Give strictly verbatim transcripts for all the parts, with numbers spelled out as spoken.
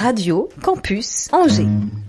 Radio Campus Angers.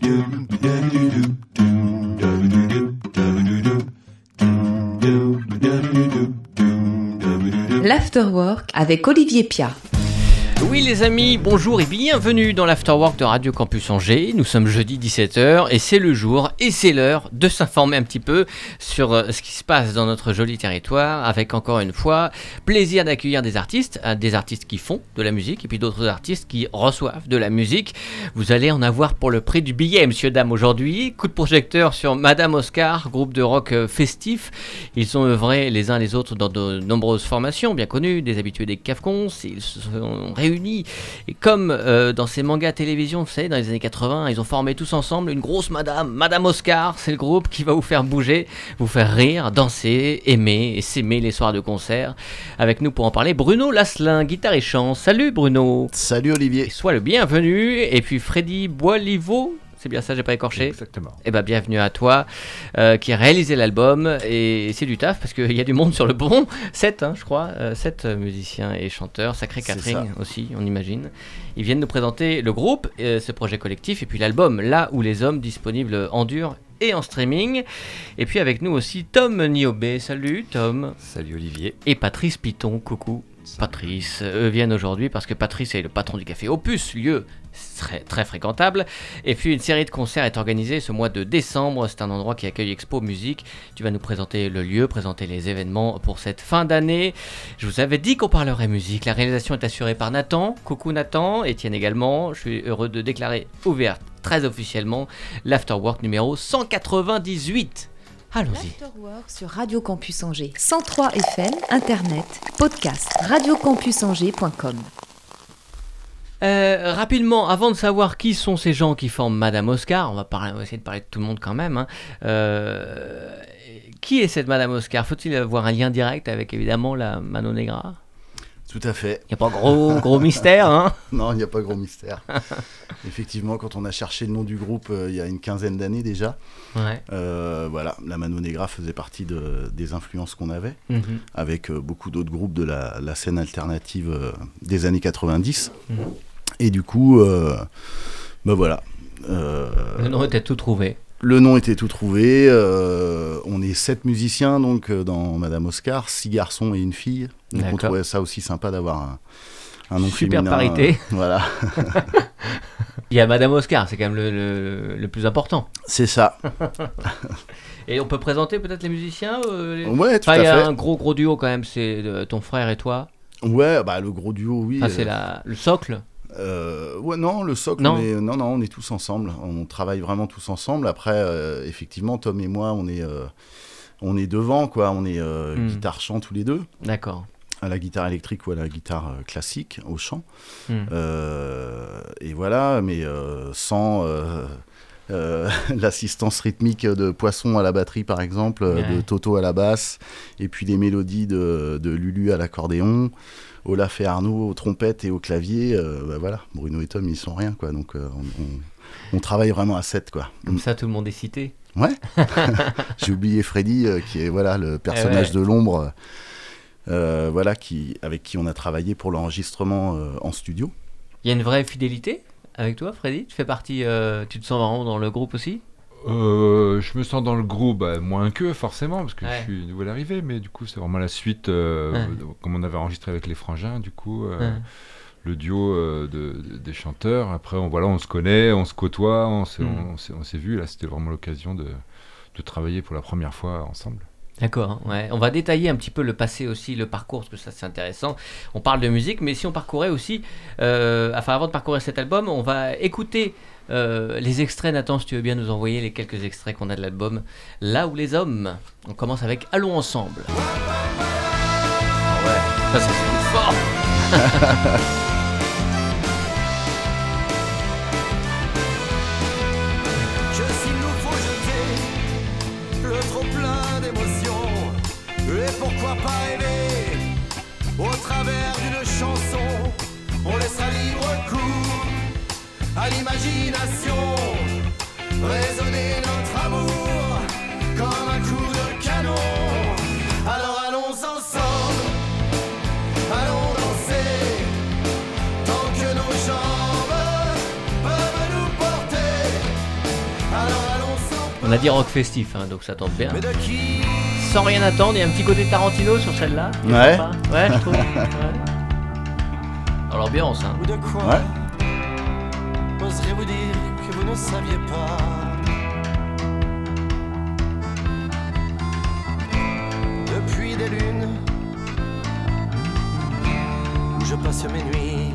L'Afterwork avec Olivier Piat. Oui les amis, bonjour et bienvenue dans l'Afterwork de Radio Campus Angers. Nous sommes jeudi dix-sept heures et c'est le jour et c'est l'heure de s'informer un petit peu sur ce qui se passe dans notre joli territoire, avec encore une fois plaisir d'accueillir des artistes, des artistes qui font de la musique et puis d'autres artistes qui reçoivent de la musique. Vous allez en avoir pour le prix du billet, monsieur, dame, aujourd'hui. Coup de projecteur sur Madame Oscar, groupe de rock festif. Ils ont œuvré les uns les autres dans de nombreuses formations bien connues, des habitués des Cafcons. Ils se sont réunis et comme euh, dans ces mangas télévision, vous savez, dans les années quatre-vingts, ils ont formé tous ensemble une grosse madame, Madame Oscar. C'est le groupe qui va vous faire bouger, vous faire rire, danser, aimer et s'aimer les soirs de concert. Avec nous pour en parler, Bruno Lasselin, guitare et chant. Salut Bruno. Salut Olivier. Et sois le bienvenu. Et puis Freddy Boisliveau. C'est bien ça, j'ai pas écorché. Exactement. Eh ben bienvenue à toi, euh, qui a réalisé l'album, et c'est du taf parce qu'il y a du monde sur le pont. Sept, hein, je crois, euh, sept musiciens et chanteurs, sacré Catherine aussi, on imagine. Ils viennent nous présenter le groupe, euh, ce projet collectif, et puis l'album Là où les hommes, disponible en dur et en streaming. Et puis avec nous aussi Tom Niobé. Salut Tom. Salut Olivier. Et Patrice Piton. Coucou. Patrice, eux viennent aujourd'hui parce que Patrice est le patron du café Opus, lieu très, très fréquentable. Et puis une série de concerts est organisée ce mois de décembre. C'est un endroit qui accueille Expo Musique. Tu vas nous présenter le lieu, présenter les événements pour cette fin d'année. Je vous avais dit qu'on parlerait musique. La réalisation est assurée par Nathan. Coucou Nathan, Étienne également. Je suis heureux de déclarer ouverte très officiellement l'Afterwork numéro cent quatre-vingt-dix-huit. Allons-y. L'Afterwork sur Radio Campus Angers. cent trois F M, Internet, podcast, radio campus angers point com. Euh, rapidement, avant de savoir qui sont ces gens qui forment Madame Oscar, on va, parler, on va essayer de parler de tout le monde quand même. Hein. Euh, qui est cette Madame Oscar ? Faut-il avoir un lien direct avec évidemment la Mano Negra ? Tout à fait. Il n'y a pas gros, gros mystère, hein ? Non, il n'y a pas gros mystère. Effectivement, quand on a cherché le nom du groupe euh, il y a une quinzaine d'années déjà, ouais. euh, voilà, la Mano Negra faisait partie de, des influences qu'on avait, mm-hmm. avec euh, beaucoup d'autres groupes de la, la scène alternative euh, des années quatre-vingt-dix. Mm-hmm. Et du coup, euh, ben voilà. Euh, le nom était tout trouvé. Le nom était tout trouvé. Euh, on est sept musiciens donc euh, dans Madame Oscar, six garçons et une fille. Donc D'accord. On trouvait ça aussi sympa d'avoir un, un nom Super féminin. Super parité. Euh, voilà. Il y a Madame Oscar, c'est quand même le, le, le plus important. C'est ça. Et on peut présenter peut-être les musiciens euh, les... Ouais, tout enfin, à fait. Il y a un gros gros duo quand même, c'est euh, ton frère et toi. Ouais, bah le gros duo, oui. Enfin, c'est la, le socle. Euh, ouais, non, le socle, non. On est, non, non, on est tous ensemble. On travaille vraiment tous ensemble. Après, euh, effectivement, Tom et moi, on est, euh, on est devant, quoi. On est euh, mm. guitare-chant tous les deux. D'accord. À la guitare électrique ou à la guitare euh, classique, au chant. Mm. Euh, et voilà, mais euh, sans euh, euh, l'assistance rythmique de Poisson à la batterie, par exemple, ouais. de Toto à la basse, et puis les mélodies de, de Lulu à l'accordéon. Olaf et Arnaud aux trompettes et au clavier, euh, bah voilà, Bruno et Tom ils sont rien quoi, donc euh, on, on, on travaille vraiment à sept quoi. Comme ça tout le monde est cité. Ouais. J'ai oublié Freddy euh, qui est voilà le personnage eh ouais. de l'ombre, euh, voilà qui avec qui on a travaillé pour l'enregistrement euh, en studio. Il y a une vraie fidélité avec toi, Freddy. Tu fais partie, euh, tu te sens vraiment dans le groupe aussi. Euh, je me sens dans le groupe, bah, moins qu'eux forcément, parce que ouais. je suis nouvelle arrivée, mais du coup c'est vraiment la suite, euh, ouais. comme on avait enregistré avec les Frangins, du coup, euh, ouais. le duo euh, de, de, des chanteurs. Après, on, voilà, on se connaît, on se côtoie, on s'est, mm. on, on s'est, on s'est vu, là c'était vraiment l'occasion de, de travailler pour la première fois ensemble. D'accord, ouais. On va détailler un petit peu le passé aussi, le parcours, parce que ça c'est intéressant. On parle de musique, mais si on parcourait aussi, euh, enfin avant de parcourir cet album, on va écouter euh, les extraits. Nathan, si tu veux bien nous envoyer les quelques extraits qu'on a de l'album Là où les hommes. On commence avec Allons ensemble. Oh ouais, ça ça c'est fort. Pourquoi pas rêver au travers d'une chanson? On laissera libre cours à l'imagination, résonner notre amour comme un coup de canon. Alors allons ensemble, allons danser tant que nos jambes peuvent On a dit rock festif, hein, donc ça tombe bien. Mais de qui Sans rien attendre, il y a un petit côté Tarantino sur celle-là. qui est Ouais. sympa. Ouais, je trouve. Ouais. Dans l'ambiance, hein. ou de quoi Ouais. oserez-vous dire que vous ne saviez pas? Depuis des lunes où je passe mes nuits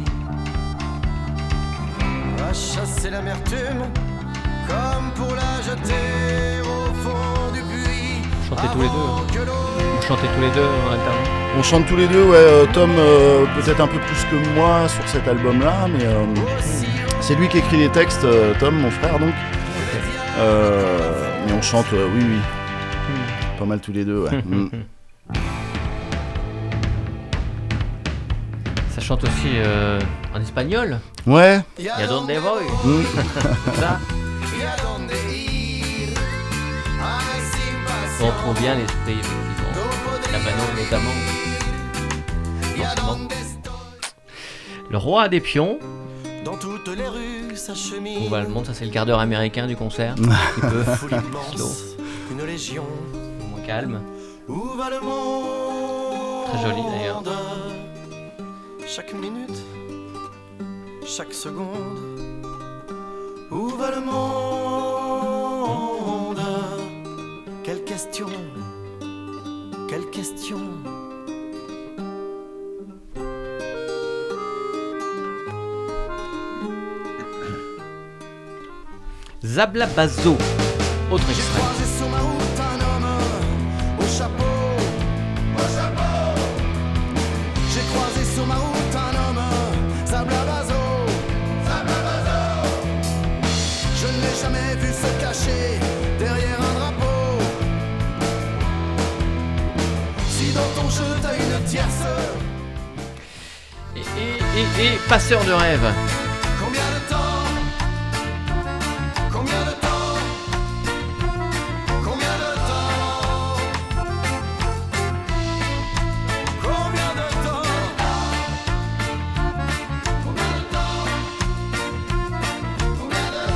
à chasser l'amertume comme pour la jeter au fond du puits. Chantez tous les deux. Avant que l'eau Vous chantez tous les deux en alternance. On chante tous les deux, ouais, euh, Tom euh, peut-être un peu plus que moi sur cet album-là, mais euh, c'est lui qui écrit les textes, euh, Tom, mon frère donc. Euh, mais on chante, euh, oui, oui, pas mal tous les deux, ouais. Mm. Ça chante aussi euh, en espagnol. Ouais. Y a donde voy. Mm. Ça, on retrouve bien l'esprit, effectivement. La Manon notamment. Forcément. Le roi des pions. dans toutes les rues s'achemine. On voit le monde, ça c'est le quart d'heure américain du concert. Un petit peu Foule immense, une légion. moins calme. Où va le monde? Très joli, d'ailleurs. Chaque minute, chaque seconde. Où va le monde? Quelle question? Quelle question? Zabla Bazo. Autre J'ai extrait. croisé sur ma route un homme au chapeau. Au chapeau. J'ai croisé sur ma route un homme, Zablabazo. Zablabazo. Je ne l'ai jamais vu se cacher derrière un drapeau. Si dans ton jeu t'as une tierce, Et, et, et, et passeur de rêve. combien de temps? Combien de temps? Combien de temps? Combien de temps? Combien de temps? Combien de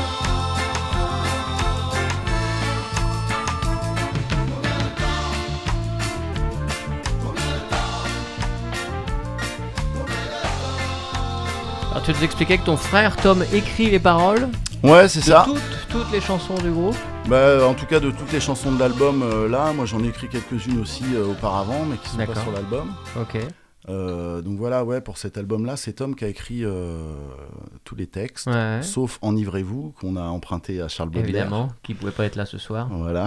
Alors tu nous expliquais que ton frère Tom écrit les paroles Ouais, c'est de ça. toutes, toutes les chansons du groupe. Bah, en tout cas, de toutes les chansons de l'album, euh, là, moi j'en ai écrit quelques-unes aussi euh, auparavant, mais qui sont pas D'accord. sur l'album. Ok. Euh, donc voilà, ouais, pour cet album-là, c'est Tom qui a écrit euh, tous les textes, Ouais. sauf Enivrez-vous, qu'on a emprunté à Charles Baudelaire. Évidemment, qui pouvait pas être là ce soir. Voilà.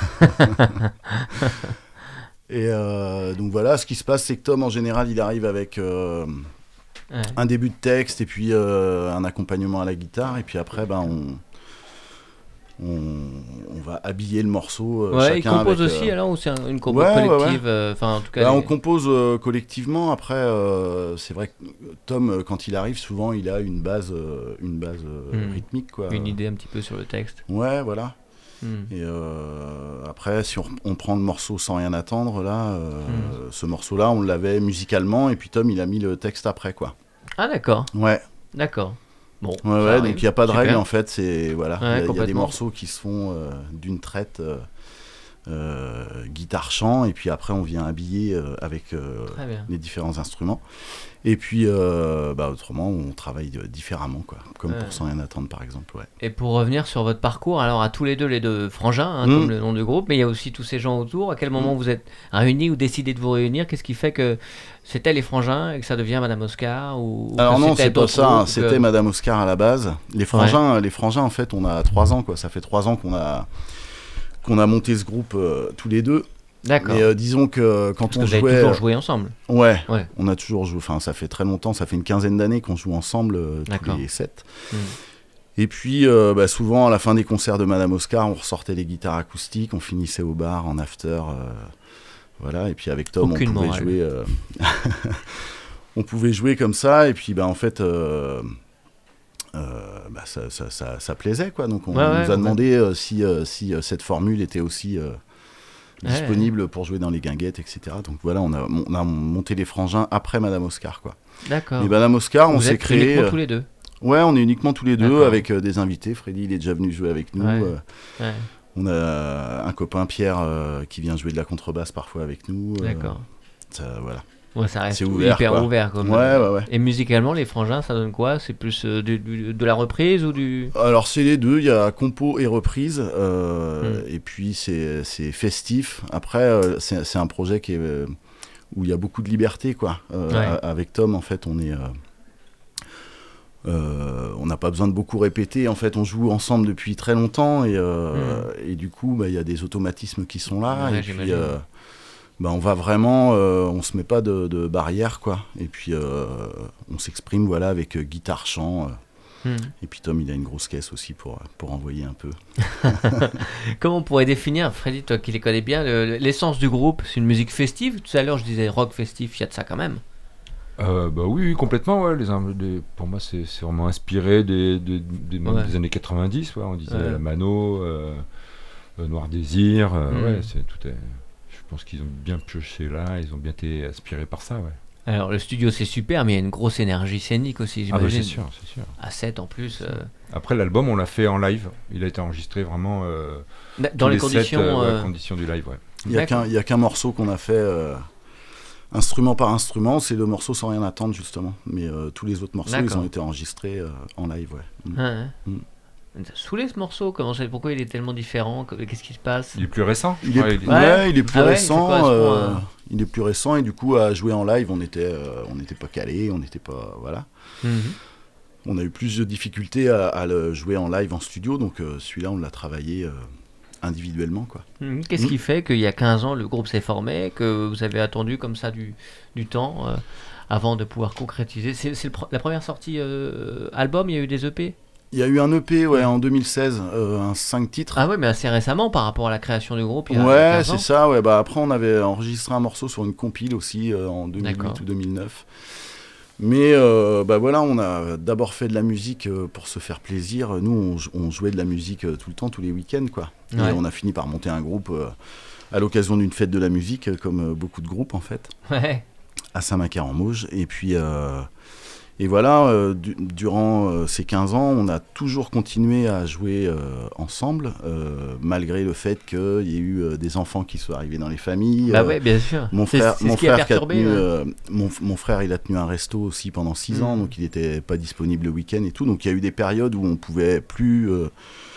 Et euh, donc voilà, ce qui se passe, c'est que Tom, en général, il arrive avec euh, Ouais. un début de texte et puis euh, un accompagnement à la guitare, et puis après, ben, on, on, on va habiller le morceau. Euh, Ouais, il chacun compose avec, aussi euh, alors ou c'est un- une compo ouais, ouais, collective euh, enfin en tout cas. Bah, les- on compose euh, collectivement. Après, euh, c'est vrai que Tom, euh, quand il arrive, souvent, il a une base, euh, une base euh, Hmm. rythmique, quoi. Une idée un petit peu sur le texte. Ouais, voilà. Hmm. Et euh, après, si on, on prend le morceau Sans rien attendre, là, euh, Hmm. ce morceau-là, on l'avait musicalement, et puis Tom, il a mis le texte après, quoi. Ah d'accord, Ouais, d'accord. Bon. ouais, ça ouais. arrive. Donc il n'y a pas de Super. règle, en fait. C'est voilà, Ouais, il y a- il y, a des complètement. morceaux qui se font euh, d'une traite. Euh, euh, guitare-chant, et puis après on vient habiller euh, avec euh, Très bien. les différents instruments, et puis euh, bah, autrement on travaille euh, différemment, quoi, comme Ouais. pour Sans rien attendre par exemple. Ouais. Et pour revenir sur votre parcours, alors à tous les deux, les deux frangins, hein, Mm. comme le nom du groupe, mais il y a aussi tous ces gens autour. À quel moment Mm. vous êtes réunis ou décidé de vous réunir? Qu'est-ce qui fait que c'était les frangins et que ça devient Madame Oscar ou, ou Alors que non, c'était c'est pas d'autres ça, groupes, hein, que- c'était Madame Oscar à la base. Les frangins, les frangins en fait on a trois ans, quoi. Ça fait trois ans qu'on a qu'on a monté ce groupe euh, tous les deux. D'accord. Mais euh, disons que quand Parce on que vous avez jouait, toujours joué ensemble. ouais, Ouais. on a toujours joué. Enfin, ça fait très longtemps, ça fait une quinzaine d'années qu'on joue ensemble euh, tous D'accord. les sept. Mm. Et puis, euh, bah, souvent à la fin des concerts de Madame Oscar, on ressortait les guitares acoustiques, on finissait au bar en after, euh, voilà. Et puis avec Tom, Aucune on pouvait morale. jouer, euh, on pouvait jouer comme ça. Et puis, bah en fait. Euh, Euh, bah, ça, ça, ça, ça plaisait, quoi. Donc on Ouais, ouais, nous a ouais. demandé euh, si, euh, si euh, cette formule était aussi euh, Ouais, disponible pour jouer dans les guinguettes, et cetera. Donc voilà, on a, on a monté les frangins après Madame Oscar, quoi. D'accord. Et Madame Oscar, on Vous s'est êtes créé. uniquement euh, tous les deux. Ouais, on est uniquement tous les deux D'accord. avec euh, des invités. Freddy, il est déjà venu jouer avec nous. Ouais. euh, Ouais. On a un copain, Pierre, euh, qui vient jouer de la contrebasse parfois avec nous. Euh, D'accord. Ça, voilà. Ouais, ça reste C'est ouvert, hyper quoi. ouvert. Comme Ouais, ouais, ouais. Et musicalement, les Frangins, ça donne quoi? C'est plus euh, du, du- de la reprise ou du... Alors c'est les deux, il y a compo et reprise, euh, Mm. et puis c'est, c'est festif. Après, euh, c'est, c'est un projet qui est, euh, où il y a beaucoup de liberté, quoi. Euh, Ouais. a- Avec Tom, en fait, on est... euh, euh, on n'a pas besoin de beaucoup répéter, en fait on joue ensemble depuis très longtemps et, euh, et du coup bah, il y a des automatismes qui sont là Ouais, et puis j'imagine. euh, bah, on va vraiment, euh, on se met pas de, de barrière quoi, et puis euh, on s'exprime voilà avec euh, guitare chant euh, Hmm. et puis Tom il a une grosse caisse aussi pour, pour envoyer un peu. Comment on pourrait définir, Freddy, toi qui les connais bien, le- l'essence du groupe? C'est une musique festive? Tout à l'heure je disais rock festif, il y a de ça quand même. Euh, bah oui, oui, complètement. Ouais. Les, in- les- pour moi, c'est c'est vraiment inspiré des, des, des, même Ouais. des années quatre-vingt-dix. Ouais, on disait Ouais. la Mano, euh, euh, Noir Désir. euh, Mm. ouais, c'est tout. Est, je pense qu'ils ont bien pioché là. Ils ont bien été inspirés par ça. Ouais. Alors le studio c'est super, mais il y a une grosse énergie scénique aussi, Ah bah, j'imagine. c'est sûr, c'est sûr. À sept en plus. euh, Après, l'album, on l'a fait en live. Il a été enregistré vraiment euh, Dans tous les sept, conditions. euh, ouais, euh, conditions du live. Ouais. Il y a D'accord. qu'un, il y a qu'un morceau qu'on a fait euh, instrument par instrument, c'est le morceau sans rien attendre justement, mais euh, tous les autres morceaux ils D'accord. ont été enregistrés euh, en live, ouais. Mm. hein, hein. Mm. Ça t'a saoulé ce morceau? Comment ça- Pourquoi il est tellement différent? Qu'est-ce qui se passe? Il est plus récent. Il est, Ouais, plus- il est- Ouais. ouais, il est plus Ah ouais, récent. ça correspond euh, à- Il est plus récent et du coup à jouer en live, on était, euh, on n'était pas calé, on n'était pas, voilà. Mhm. On a eu plus de difficultés à, à le jouer en live en studio, donc euh, celui-là on l'a travaillé euh, individuellement, quoi. Mhm. Qu'est-ce Mm. qui fait qu'il y a quinze ans le groupe s'est formé, que vous avez attendu comme ça du, du temps euh, avant de pouvoir concrétiser? C'est c'est le pre- la première sortie euh, album, il y a eu des E P? Il y a eu un E P, ouais, en deux mille seize, euh, un cinq titres. Ah ouais, mais assez récemment par rapport à la création du groupe. Il y a Ouais, quinze ans. c'est ça. Ouais, bah après, on avait enregistré un morceau sur une compile aussi euh, en deux mille huit D'accord. ou deux mille neuf. Mais euh, bah voilà, on a d'abord fait de la musique euh, pour se faire plaisir. Nous, on, jou- on jouait de la musique euh, tout le temps, tous les week-ends, quoi. Ouais. Et on a fini par monter un groupe euh, à l'occasion d'une fête de la musique, euh, comme euh, beaucoup de groupes en fait, Ouais. à Saint-Macaire-en-Mauges. Et puis, euh, et voilà, euh, du- durant euh, ces quinze ans, on a toujours continué à jouer euh, ensemble, euh, malgré le fait qu'il y ait eu euh, des enfants qui soient arrivés dans les familles. Bah Euh, ouais, bien sûr. Mon C'est- frère, c'est mon ce qui a frère qui a perturbé. tenu, ouais. euh, mon, mon frère, il a tenu un resto aussi pendant six ans, Mhm. donc il n'était pas disponible le week-end et tout. Donc il y a eu des périodes où on pouvait plus euh,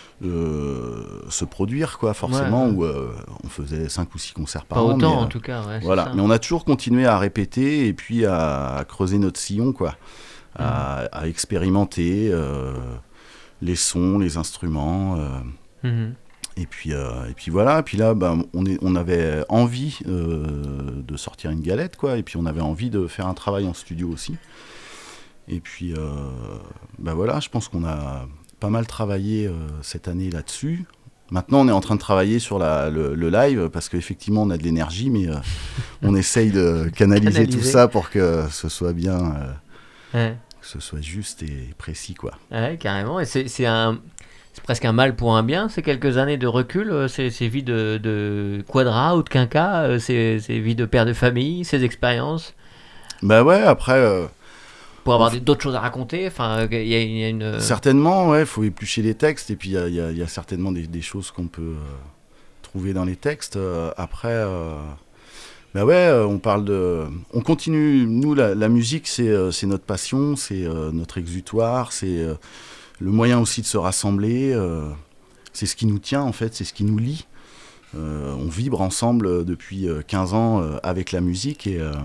euh, se produire, quoi, forcément, Ouais, ouais. où euh, on faisait cinq ou six concerts par Pas an. autant mais, en euh, tout cas. Ouais, c'est voilà. ça. Mais on a toujours continué à répéter et puis à, à creuser notre sillon, quoi, à, à expérimenter euh, les sons, les instruments. euh, Mhm. et puis, euh, et puis voilà, et puis là, bah, on, est, on avait envie euh, de sortir une galette, quoi, et puis on avait envie de faire un travail en studio aussi. Et puis, euh, bah voilà, je pense qu'on a pas mal travaillé euh, cette année là-dessus. Maintenant, on est en train de travailler sur la, le, le live, parce qu'effectivement, on a de l'énergie, mais euh, on essaye de canaliser, Canaliser. tout ça pour que ce soit bien, euh, Ouais. que ce soit juste et précis, quoi. Ouais, carrément. Et c'est c'est un, c'est presque un mal pour un bien. Ces quelques années de recul, euh, ces, ces vies de, de quadra ou de quinca, euh, ces, ces vies de père de famille, ces expériences, Bah ouais, après... euh, pour avoir des- d'autres choses à raconter. Enfin, il y, a- il y a une. euh, Certainement, ouais, il faut éplucher les textes, et puis il y a, il y a- il y a certainement des, des choses qu'on peut euh, trouver dans les textes. Euh, après, euh, bah ouais, euh, on parle de... On continue, nous, la, la musique, c'est euh, c'est notre passion, c'est euh, notre exutoire, c'est euh, le moyen aussi de se rassembler, euh, c'est ce qui nous tient, en fait, c'est ce qui nous lie. Euh, on vibre ensemble euh, depuis euh, quinze ans euh, avec la musique, et... euh,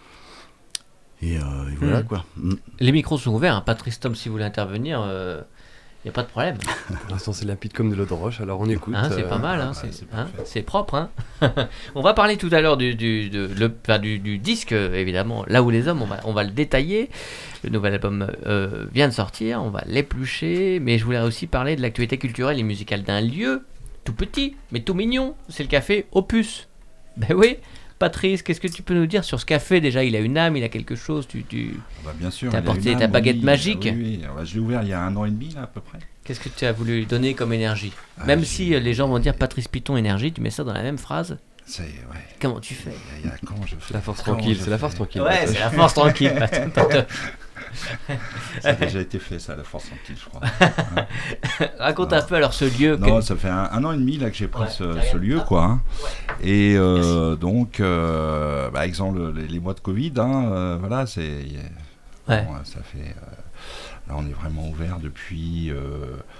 et, euh, et voilà, Mm. quoi. Mm. Les micros sont ouverts. Hein. Patrice Tom, si vous voulez intervenir, il n'y a pas de problème. Pour l'instant, c'est limpide comme de l'eau de roche, alors on écoute. Hein, c'est euh, pas mal, hein, bah, c'est c'est hein, parfait. c'est propre. Hein. On va parler tout à l'heure du, du, de- le, enfin, du, du disque, euh, évidemment, Là où les hommes, on va, on va le détailler. Le nouvel album euh, vient de sortir, on va l'éplucher, mais je voulais aussi parler de l'actualité culturelle et musicale d'un lieu tout petit, mais tout mignon, c'est le café Opus. Ben oui, Patrice, qu'est-ce que tu peux nous dire sur ce café? Déjà, il a une âme, il a quelque chose, tu... tu... Bah, bien sûr. T'as il a apporté une ta âme, baguette oui, magique. Oui, oui. Alors, bah, je l'ai ouvert il y a un an et demi, là, à peu près. Qu'est-ce que tu as voulu lui donner comme énergie? Ah, Même j'ai- si euh, les gens vont dire Patrice Piton énergie, tu mets ça dans la même phrase. C'est, ouais. Comment tu fais? Il y a, il y a quand je fais. La force quand tranquille, je c'est la fais- force tranquille. Ouais, c'est la force tranquille. Attends, attends. Ça a déjà été fait, ça, à la Force Antilles, je crois. Raconte Non. un peu alors ce lieu. Non, que... ça fait un, un an et demi là que j'ai pris Ouais, ce, carrément. ce lieu, quoi. Hein. Et euh, donc, euh, par exemple, les, les mois de Covid, hein, euh, voilà, c'est. Ouais. Bon, ça fait. Euh, là, on est vraiment ouvert depuis euh,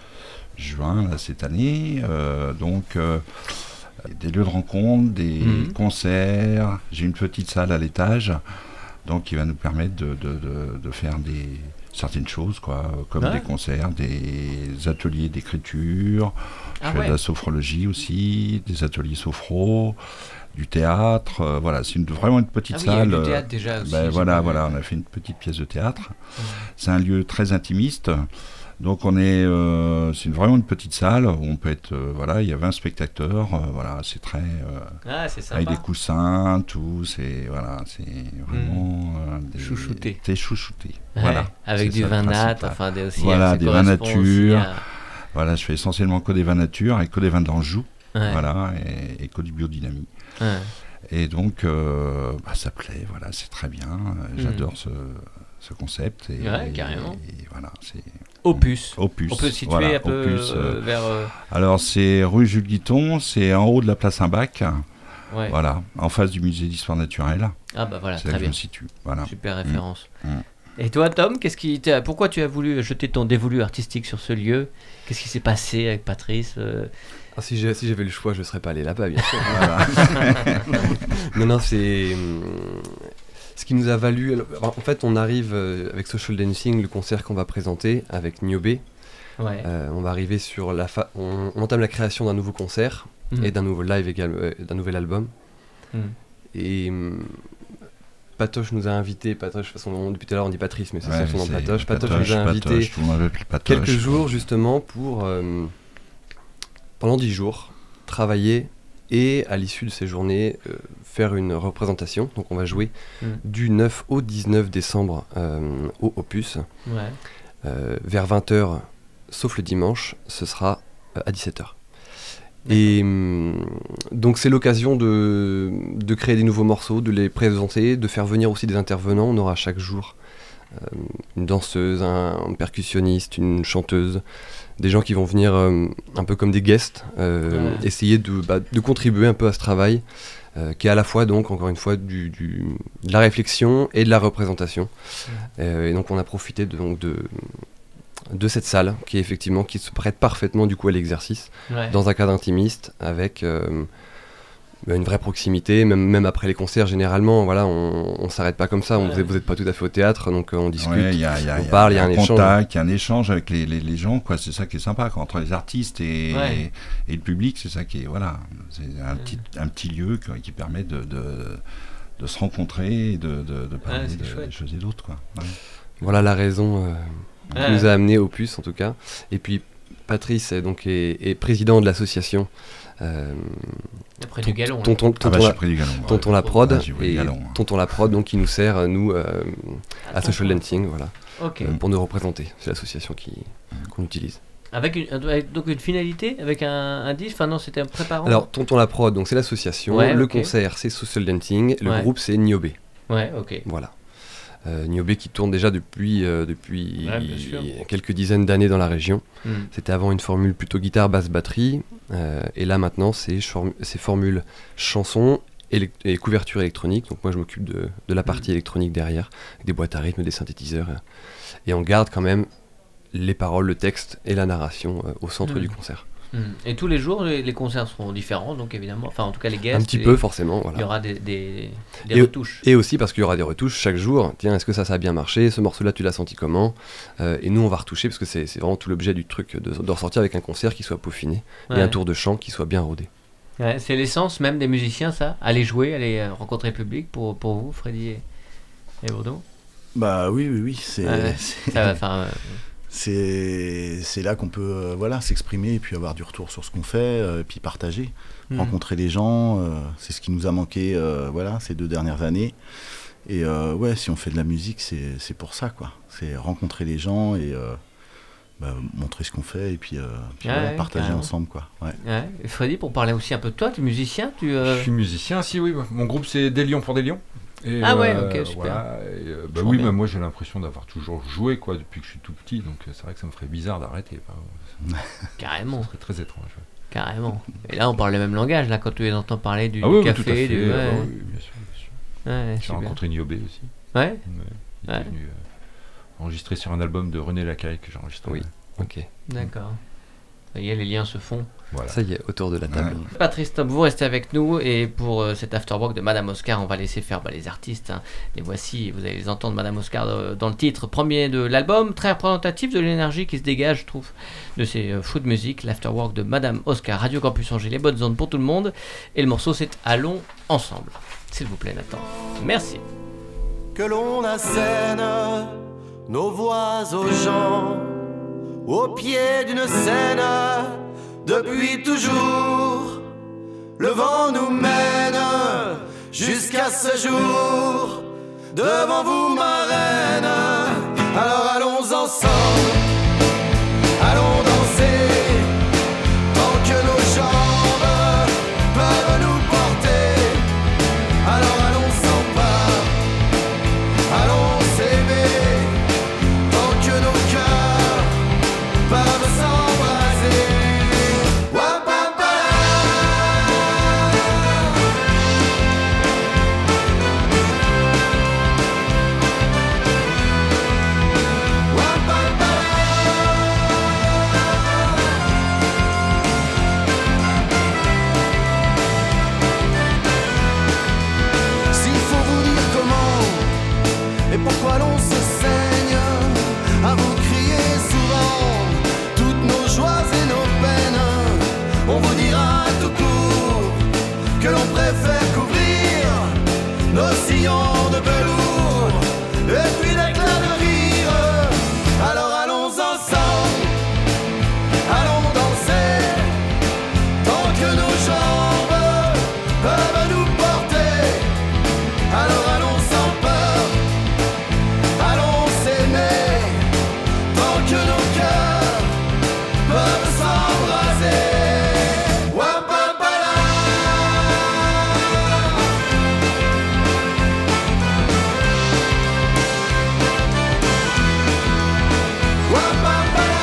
juin là, cette année. Euh, donc. Euh, des lieux de rencontre, des Mhm. concerts. J'ai une petite salle à l'étage, donc qui va nous permettre de, de, de, de faire des certaines choses, quoi, comme Ouais. des concerts, des ateliers d'écriture. Ah Je fais ouais. de la sophrologie aussi, des ateliers sophro, du théâtre. euh, voilà, c'est une, vraiment une petite Ah oui, il y a salle. du euh, théâtre déjà aussi. ben j'ai voilà, vu. voilà, on a fait une petite pièce de théâtre. C'est un lieu très intimiste. Donc on est, euh, c'est une- vraiment une petite salle où on peut être, euh, voilà, il y a vingt spectateurs, euh, voilà, c'est très, euh, Ah, c'est avec sympa. des coussins, tout, c'est, voilà, c'est vraiment euh, des, Chouchouté. T'es chouchouté, Ouais, voilà. avec c'est du ça le vin nat, principal. enfin des, aussi. Voilà, ça des vins correspond aussi nature. à- Voilà, je fais essentiellement que des vins nature et que des vins d'Anjou, Ouais. voilà, et, et que du biodynamie. Ouais. Et donc, euh, bah, ça plaît, voilà, c'est très bien. euh, J'adore ce, ce concept. Et, Ouais, carrément. Et, voilà, c'est Opus. Opus. On peut situer voilà, un peu Opus, euh, euh, vers. euh, Alors, c'est rue Jules Guiton, c'est en haut de la place Imbac, Ouais. voilà, en face du musée d'histoire naturelle. Ah bah voilà, C'est là très que je bien. me situe. Voilà. Super référence. Mm. Et toi, Tom, qu'est-ce qui t'a- pourquoi tu as voulu jeter ton dévolu artistique sur ce lieu? Qu'est-ce qui s'est passé avec Patrice? euh Ah, si j'ai- si j'avais le choix, je serais pas allé là-bas, bien sûr. Voilà. Non, non, c'est. hum, Ce qui nous a valu. alors, En fait, on arrive euh, avec Social Dancing, le concert qu'on va présenter avec Niobé. Ouais. Euh, on va arriver sur la. Fa... On, on entame la création d'un nouveau concert Mm. et d'un nouveau live également, euh, d'un nouvel album. Mm. Et. hum, Patoche nous a invités. Patoche, de toute façon, depuis tout à l'heure, on dit Patrice, mais c'est Ouais, ça son nom, c'est Patoche. Patoche nous a invités Patoche, tout le monde m'appelle Patoche. quelques jours, justement, pour. euh, pendant dix jours, travailler et, à l'issue de ces journées, euh, faire une représentation. Donc, on va jouer Mm. du neuf au dix-neuf décembre euh, au Opus. Ouais. Euh, vers vingt heures, sauf le dimanche, ce sera euh, à dix-sept heures. Et hum, donc c'est l'occasion de, de créer des nouveaux morceaux, de les présenter, de faire venir aussi des intervenants. On aura chaque jour euh, une danseuse, un, un percussionniste, une chanteuse, des gens qui vont venir euh, un peu comme des guests, euh, Ouais. essayer de, bah, de contribuer un peu à ce travail, euh, qui est à la fois donc encore une fois du, du- de la réflexion et de la représentation. Euh, et donc on a profité de, donc de de cette salle qui est effectivement qui se prête parfaitement du coup à l'exercice Ouais. dans un cadre intimiste avec euh, bah, une vraie proximité, même, même après les concerts généralement, voilà, on, on s'arrête pas comme ça, on, Ouais. vous n'êtes pas tout à fait au théâtre, donc euh, on discute. Ouais, il y a, il y a- on il y a- parle, il y a un un échange. contact, il y a un échange avec les, les, les gens, quoi. C'est ça qui est sympa, quoi. Entre les artistes et, Ouais. et le public, c'est ça qui est, voilà, c'est un petit, un petit lieu quoi, qui permet de, de, de se rencontrer et de, de, de parler c'est de, chouette. des choses et d'autres, quoi. Ouais. Voilà la raison euh, qui Ouais. nous a amené au puce en tout cas. Et puis Patrice est, donc, est, est président de l'association euh, Après du galon. là. Tonton, Ah bah, Tonton j'ai la, pris du galon. ouais. Tonton la prod Ah, j'ai pris du et galon, hein. Tonton la prod donc qui nous sert euh, nous euh, à Attends, Social quoi. Dancing, voilà, Ok. euh, pour nous représenter. C'est l'association qui qu'on utilise. Avec, une, avec donc une finalité, avec un, un disque. Enfin non, c'était un préparant. Alors Tonton la prod donc c'est l'association, Ouais, le ok. concert c'est Social Dancing, le Ouais. groupe c'est Niobé. Ouais, ok. Voilà. Euh, Niobé qui tourne déjà depuis, euh, depuis Ouais, bien sûr. quelques dizaines d'années dans la région. Mm. C'était avant une formule plutôt guitare, basse, batterie. euh, et là maintenant, c'est form- c'est formule chanson élec- et couverture électronique. Donc moi, je m'occupe de, de la partie électronique derrière, avec des boîtes à rythme, des synthétiseurs. euh, et on garde quand même les paroles, le texte et la narration euh, au centre Mm. du concert. Mm. Et tous les jours, les, les concerts seront différents, donc évidemment. Enfin, en tout cas, les guests. Un petit et- peu, forcément. Il y Voilà. aura des, des, des Et- retouches. Et aussi parce qu'il y aura des retouches chaque jour. Tiens, est-ce que ça, ça a bien marché? Ce morceau-là, tu l'as senti comment? Euh, Et nous, on va retoucher parce que c'est c'est vraiment tout l'objet du truc de, de ressortir avec un concert qui soit peaufiné Ouais. et un tour de chant qui soit bien rodé. Ouais, c'est l'essence même des musiciens, ça. Aller jouer, aller euh, rencontrer le public pour, pour vous, Freddy et, et Bourdon. Bah oui, oui, oui. C'est Ouais. c'est- Ça va, enfin, euh, c'est c'est là qu'on peut euh, voilà, s'exprimer et puis avoir du retour sur ce qu'on fait, euh, et puis partager, mm. rencontrer les gens. euh, c'est ce qui nous a manqué euh, voilà, ces deux dernières années. Et euh, ouais, si on fait de la musique, c'est c'est pour ça, quoi. C'est rencontrer les gens et euh, bah, montrer ce qu'on fait et puis, euh, puis Ouais, voilà, ouais, partager carrément. ensemble, quoi. Ouais. Ouais. Et Freddy, pour parler aussi un peu de toi, tu es musicien, tu. euh, Je suis musicien, si oui. Mon groupe c'est Des Lions pour des Lions. Et, Ah ouais, euh, ok, super. Voilà, et, euh, bah Je oui, vois mais bien. moi j'ai l'impression d'avoir toujours joué quoi, depuis que je suis tout petit, donc euh, c'est vrai que ça me ferait bizarre d'arrêter. Bah, Carrément, ça serait très étrange. Ouais. carrément. Et là, on parle le même langage, là, quand tu les entends parler du, Ah du oui, oui, café. tout à fait. Du... Ouais, Ah oui, bien sûr, bien sûr. ouais, J'ai super. rencontré Niobé aussi. Ouais, Ouais, il Ouais. est venu euh, enregistrer sur un album de René Lacaille que j'ai enregistré. Oui. Ok. d'accord. Ça y est, les liens se font. Voilà. Ça y est, autour de la table. Patrice Top, vous restez avec nous et pour euh, cet afterwork de Madame Oscar, on va laisser faire bah, les artistes. Hein. Les voici, vous allez les entendre, Madame Oscar, euh, dans le titre premier de l'album, très représentatif de l'énergie qui se dégage, je trouve, de ces euh, fous de musique. L'afterwork de Madame Oscar, Radio Campus Angers, les bonnes ondes pour tout le monde. Et le morceau, c'est Allons ensemble. S'il vous plaît, Nathan. Merci. Que l'on assène nos voix aux gens au pied d'une scène. Depuis toujours, le vent nous mène jusqu'à ce jour. Devant vous, ma reine, alors allons ensemble, allons danser, tant que nos jambes peuvent nous porter. Alors allons sans pas, allons s'aimer, tant que nos cœurs peuvent s'embraser. Pourquoi l'on se saigne à vous crier souvent toutes nos joies et nos peines. On vous dira tout court que l'on préfère couvrir nos sillons de velours et puis d'éclats de rire. Alors allons ensemble, allons danser, tant que nos jambes peuvent nous porter. Alors allons sans peur, allons s'aimer, tant que nos cœurs peuvent s'embraser. Wapapala. Wapapala.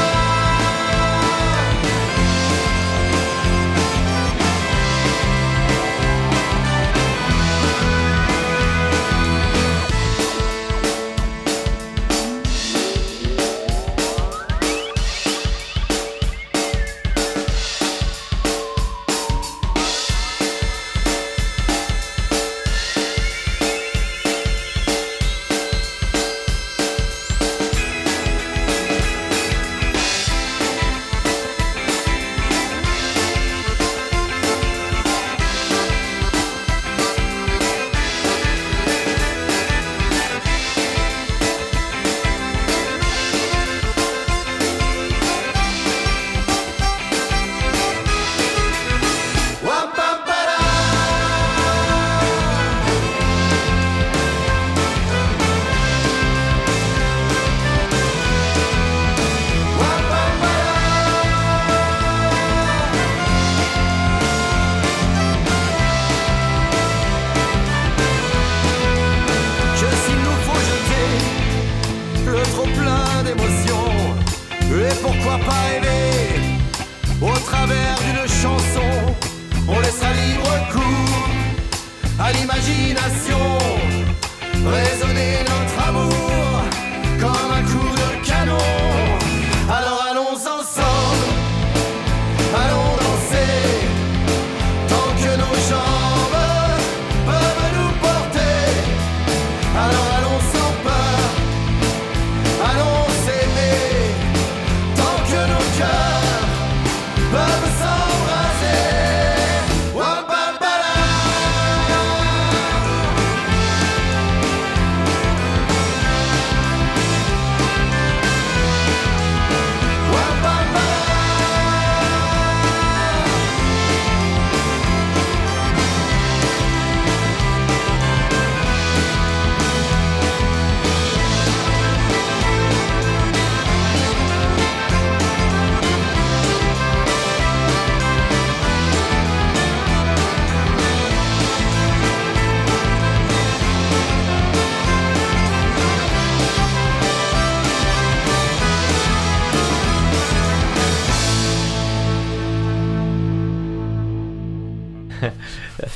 Que s'il nous faut jeter le trop plein d'émotions, et pourquoi pas rêver au travers d'une chanson. On laissera libre cours à l'imagination, résonner notre amour comme un coup de canon. Alors allons ensemble, allons danser, tant que nos jambes peuvent nous porter. Alors allons sans peur, allons s'aimer, tant que nos cœurs peuvent s'embraser. Wapapala.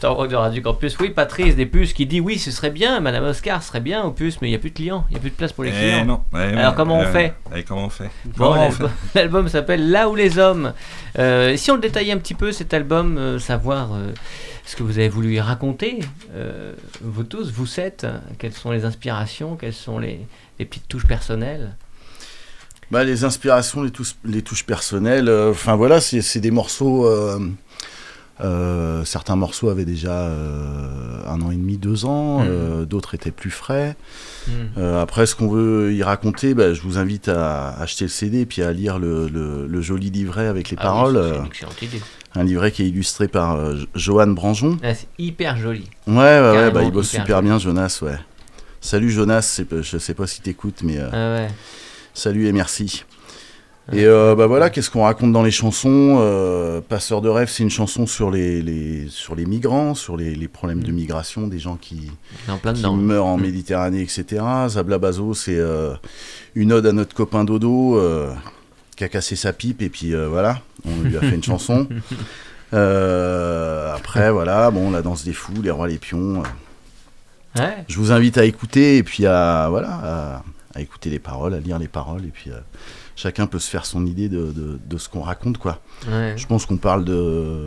l'Afterwork de Radio Campus. Oui, Patrice des Puces qui dit oui, ce serait bien, Madame Oscar serait bien aux Puces, mais il n'y a plus de clients, il n'y a plus de place pour les Eh clients. non. Eh Alors ouais, comment on eh fait ouais. Eh, comment on fait Bon, Comment on fait l'album, l'album s'appelle Là où les hommes. Euh, si on le détaillait un petit peu, cet album, euh, savoir euh, ce que vous avez voulu y raconter, euh, vous tous, vous sept, quelles sont les inspirations, quelles sont les, les petites touches personnelles. Bah, les inspirations, les touches, les touches personnelles, enfin euh, voilà, c'est, c'est des morceaux. Euh, euh, certains morceaux avaient déjà euh, un an et demi, deux ans, mmh. euh, d'autres étaient plus frais. Mmh. Euh, après, ce qu'on veut y raconter, bah, je vous invite à acheter le C D et puis à lire le, le, le joli livret avec les ah paroles. Oui, c'est une excellente idée. Un livret qui est illustré par euh, Johan Branjon. Ah, c'est hyper joli. Ouais, ouais, ouais bah, il bosse super joli. Bien, Jonas, ouais. Salut Jonas, c'est, je sais pas si t'écoutes, mais euh, ah ouais. Salut et merci. Et euh, bah voilà, qu'est-ce qu'on raconte dans les chansons euh, Passeur de rêve, c'est une chanson sur les, les, sur les migrants, sur les, les problèmes mmh. de migration, des gens qui, en plein qui dedans. meurent en mmh. Méditerranée, et cetera. Zablabazo, c'est euh, une ode à notre copain Dodo euh, qui a cassé sa pipe et puis euh, voilà, on lui a fait une chanson. Euh, après, voilà, bon, la danse des fous, les rois, les pions. Euh. Ouais. Je vous invite à écouter et puis à, voilà, à, à écouter les paroles, à lire les paroles et puis... Euh, chacun peut se faire son idée de, de, de ce qu'on raconte, quoi. Ouais. Je pense qu'on parle de,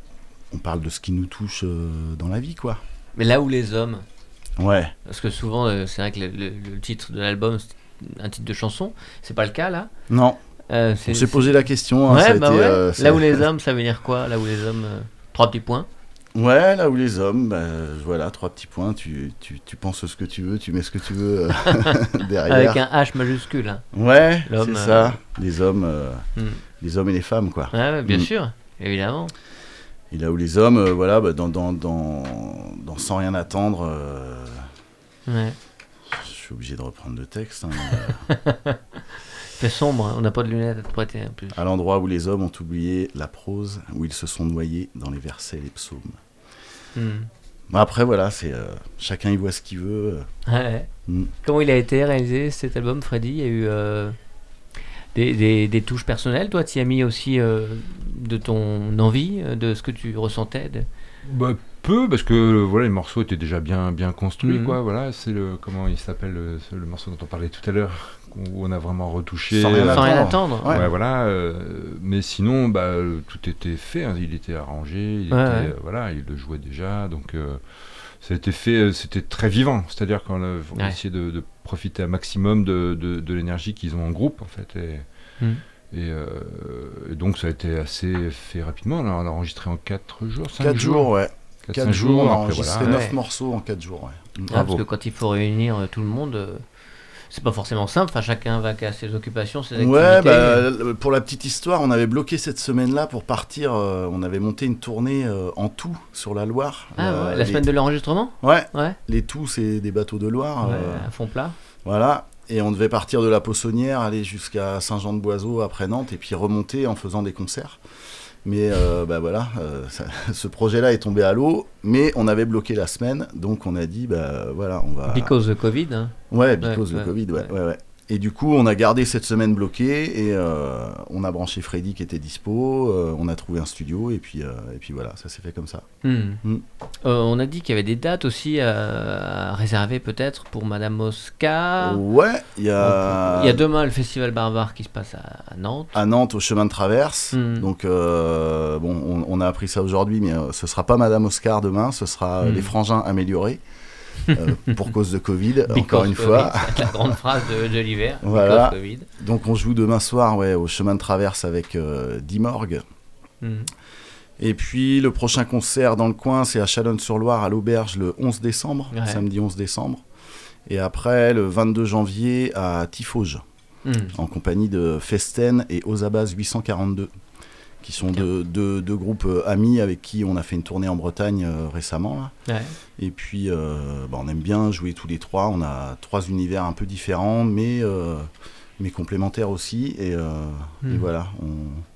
on parle de ce qui nous touche euh, dans la vie, quoi. Mais là où les hommes. Ouais. Parce que souvent, euh, c'est vrai que le, le, le titre de l'album, c'est un titre de chanson. C'est pas le cas là. Non. Euh, c'est, on s'est posé la question. Hein, ouais, ça a bah été, ouais. euh, là où les hommes, ça veut dire quoi? Là où les hommes, euh, trois petits points. Ouais, là où les hommes, bah, voilà, trois petits points, tu, tu, tu penses ce que tu veux, tu mets ce que tu veux euh, derrière. Avec un H majuscule. Hein. Ouais, L'homme, c'est euh... ça, les hommes, euh, mm. les hommes et les femmes, quoi. Ouais, ouais bien mm. sûr, évidemment. Et là où les hommes, euh, voilà, bah, dans, dans, dans, dans Sans rien attendre, euh, ouais. je suis obligé de reprendre le texte. Hein, euh... C'est sombre, hein. On n'a pas de lunettes à te prêter en plus. À l'endroit où les hommes ont oublié la prose, où ils se sont noyés dans les versets et les psaumes. Mm. Bah après voilà, c'est euh, chacun y voit ce qu'il veut. Ouais. Mm. Comment il a été réalisé cet album, Freddy? Il y a eu euh, des, des, des touches personnelles. Toi, tu y as mis aussi euh, de ton envie, de ce que tu ressentais de... Bah, peu, parce que voilà, les morceaux étaient déjà bien, bien construits. Mm. Quoi, voilà, c'est le, comment il s'appelle le, le morceau dont on parlait tout à l'heure, où on a vraiment retouché. Sans rien Sans attendre. Rien attendre. Ouais, ouais voilà. Euh, mais sinon, bah, tout était fait. Hein, il était arrangé. Il ouais, était, ouais. Euh, voilà, il le jouait déjà. Donc, euh, ça a été fait. C'était très vivant. C'est-à-dire qu'on a, on a ouais. essayé de, de profiter un maximum de, de, de l'énergie qu'ils ont en groupe, en fait. Et, mm. et, euh, et donc, ça a été assez fait rapidement. On a, on a enregistré en quatre jours, cinq quatre jours. jours, ouais. quatre jours, on a enregistré voilà. neuf ouais. morceaux en quatre jours. Ouais. Ah, parce que quand il faut réunir euh, tout le monde, euh, c'est pas forcément simple. Enfin, chacun va à ses occupations, ses activités. Ouais, bah, pour la petite histoire, on avait bloqué cette semaine-là pour partir. Euh, on avait monté une tournée euh, en tout sur la Loire. Ah, euh, ouais, la les... semaine de l'enregistrement. Ouais. ouais. Les tout, c'est des bateaux de Loire. Ouais, euh, à fond plat. Voilà. Et on devait partir de la Poissonnière, aller jusqu'à Saint-Jean-de-Boiseau après Nantes, et puis remonter en faisant des concerts. Mais euh, bah voilà, euh, ça, ce projet-là est tombé à l'eau, mais on avait bloqué la semaine, donc on a dit, bah voilà, on va... Because of Covid. Hein. Ouais, because ouais, of Covid, ouais, ouais. ouais, ouais. Et du coup, on a gardé cette semaine bloquée, et euh, on a branché Freddy qui était dispo, euh, on a trouvé un studio, et puis, euh, et puis voilà, ça s'est fait comme ça. Mmh. Mmh. Euh, on a dit qu'il y avait des dates aussi à, à réserver peut-être pour Madame Oscar. Ouais, il y a... Il y a demain le Festival Barbare qui se passe à, à Nantes. À Nantes, au chemin de traverse. Mmh. Donc, euh, bon, on, on a appris ça aujourd'hui, mais euh, ce sera pas Madame Oscar demain, ce sera mmh. les frangins améliorés. Euh, pour cause de Covid, Because encore une COVID, fois. c'est la grande phrase de, de l'hiver. Voilà. Donc on joue demain soir ouais, au chemin de traverse avec euh, Dimorgue. Mm. Et puis le prochain concert dans le coin, c'est à Chalonnes-sur-Loire, à l'Auberge, le onze décembre, ouais. samedi onze décembre. Et après, le vingt-deux janvier, à Tifauge, mm. en compagnie de Festen et Osabaz huit cent quarante-deux. Qui sont okay. deux, deux, deux groupes euh, amis avec qui on a fait une tournée en Bretagne euh, récemment. Là. Ouais. Et puis, euh, bah, on aime bien jouer tous les trois. On a trois univers un peu différents, mais, euh, mais complémentaires aussi. Et, euh, mmh. et voilà, on,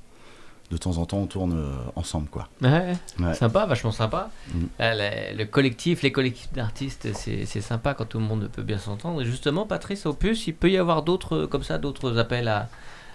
de temps en temps, on tourne euh, ensemble. Quoi. Ouais, ouais. Sympa, vachement sympa. Mmh. Euh, le, le collectif, les collectifs d'artistes, c'est, c'est sympa quand tout le monde peut bien s'entendre. Et justement, Patrice, au plus, il peut y avoir d'autres, comme ça, d'autres appels à...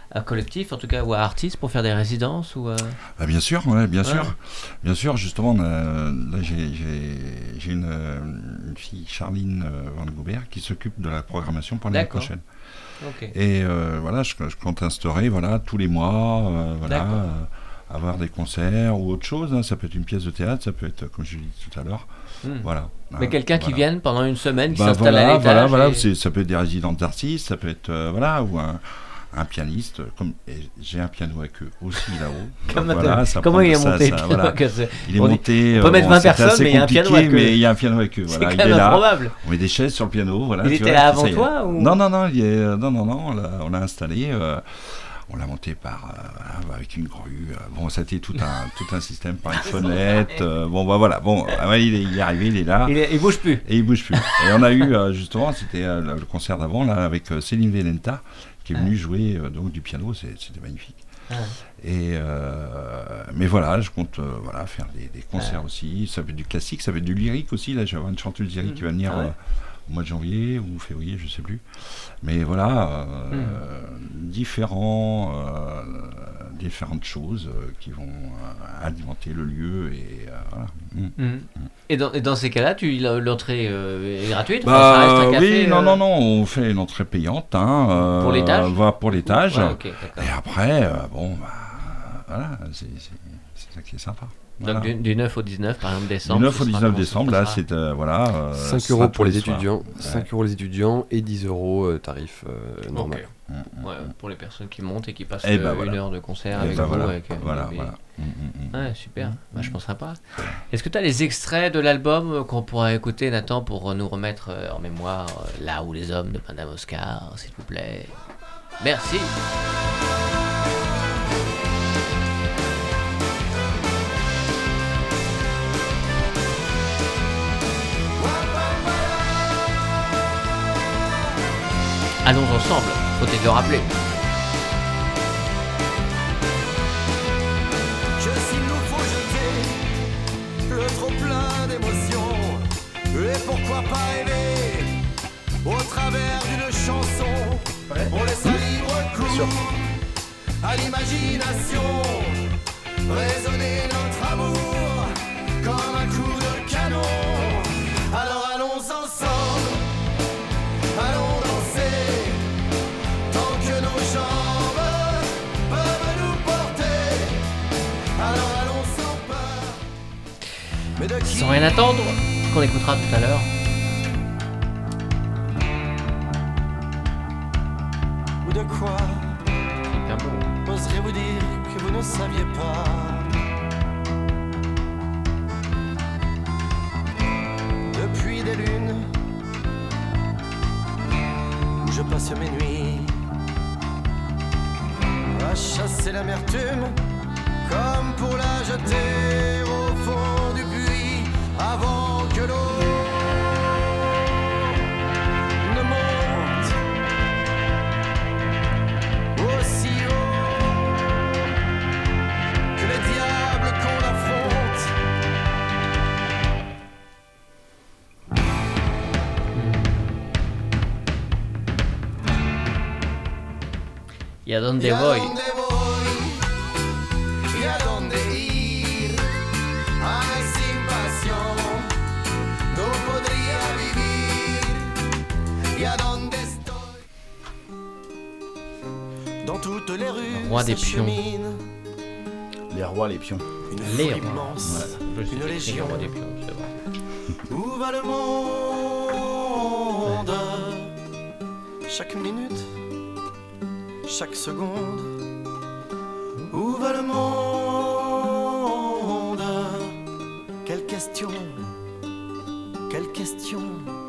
à collectif, en tout cas, ou à artistes pour faire des résidences ou, euh... ah, bien sûr, ouais, bien ouais. sûr. Bien sûr, justement, on a, là j'ai, j'ai, j'ai une, une fille, Charline Van Goubert, qui s'occupe de la programmation pour l'année D'accord. prochaine. Okay. Et euh, voilà, je, je compte instaurer voilà, tous les mois, euh, voilà, euh, avoir des concerts ou autre chose. Hein. Ça peut être une pièce de théâtre, ça peut être, comme je l'ai dit tout à l'heure. Mmh. Voilà. Mais hein, quelqu'un voilà. qui vienne pendant une semaine, qui bah, s'installe voilà, à l'étage. Voilà, voilà, et... c'est, ça peut être des résidents d'artistes, ça peut être, euh, voilà, ou un, un pianiste. Comme, et j'ai un piano avec eux aussi là-haut. Comme voilà, ça comment prend, il est ça, monté ça, le piano voilà. que c'est... Il est on monté. On peut mettre bon, vingt personnes, mais il y a un piano avec eux. Mais il y a un piano avec eux. C'est Voilà, quand il même est là. improbable. On met des chaises sur le piano. Voilà, il tu était vois, là puis avant ça, toi ou... Non, non, non, il est, non, non, non, on l'a, on l'a installé. Euh, on l'a monté par, euh, voilà, avec une grue. Euh, bon, c'était tout un, tout un système par une fenêtre. Euh, bon, bah voilà. Bon, euh, il, est, il est arrivé, il est là. Il, est, il bouge plus. Et il bouge plus. Et on a eu, euh, justement, c'était euh, le concert d'avant, là, avec euh, Céline Vellenta, qui est venue ouais. jouer euh, donc, du piano. C'est, c'était magnifique. Ah. Et euh, mais voilà, je compte euh, voilà, faire des, des concerts ah. aussi. Ça peut être du classique, ça peut être du lyrique aussi. Là, j'ai une chanteuse lyrique mmh. qui va venir ah ouais. euh, au mois de janvier ou février, je sais plus. Mais voilà, euh, mmh. différents, euh, différentes choses euh, qui vont euh, alimenter le lieu. Et, euh, voilà. mmh. Mmh. Et, dans, et dans ces cas-là, tu, l'entrée euh, est gratuite bah, enfin, ça reste un café, oui, non, euh... non, non, on fait une entrée payante. Hein, euh, pour l'étage voilà, pour l'étage. Ouais, okay, et après, euh, bon, bah, voilà, c'est, c'est, c'est ça qui est sympa. Voilà. Donc du, du neuf au dix-neuf, par exemple, décembre. Du neuf au dix-neuf décembre, là, c'est euh, voilà. Euh, cinq euros pour les soirs. étudiants, ouais. cinq euros les étudiants et dix euros euh, tarif euh, normal. Okay. Mmh, ouais, mmh. Pour les personnes qui montent et qui passent et euh, bah, une voilà. heure de concert et avec bah, vous. Voilà, avec, euh, voilà, et... voilà. Mmh, mmh, ouais, super, mmh. vachement sympa. Est-ce que tu as les extraits de l'album qu'on pourra écouter, Nathan, pour nous remettre euh, en mémoire euh, Là où les hommes de Madame Oscar, s'il vous plaît? Merci. Allons ensemble, faut-il le rappeler. Que s'il nous faut jeter le trop-plein d'émotions, et pourquoi pas rêver au travers d'une chanson, ouais. On laisse un libre cours à l'imagination, résonner notre amour comme un coup de canon. Alors allons ensemble, allons danser. Sans rien attendre, qu'on écoutera tout à l'heure. Ou de quoi oserez-vous dire que vous ne saviez pas? Depuis des lunes où je passe mes nuits à chasser l'amertume comme pour la jeter au fond du puits avant que l'eau ne monte aussi haut que les diables qu'on affronte. Y a donde voy. Toutes les rues, roi des pions. Les rois, les pions. Une les foule immense, ouais. une légion. Roi des pions, c'est vrai. Où va le monde? Ouais. Chaque minute, chaque seconde. Où va le monde? Quelle question? Quelle question?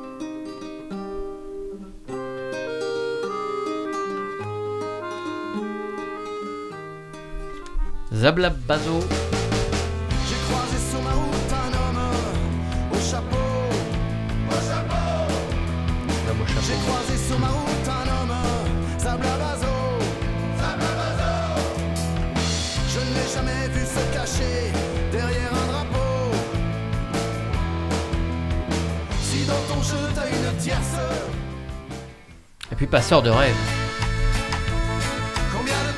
Zablabazo. J'ai croisé sur ma route un homme au chapeau, au chapeau. L'homme au chapeau. J'ai croisé sur ma route un homme, Zablabazo, Zablabazo. Je ne l'ai jamais vu se cacher derrière un drapeau. Si dans ton jeu t'as une tierce. Et puis passeur de rêve. Combien de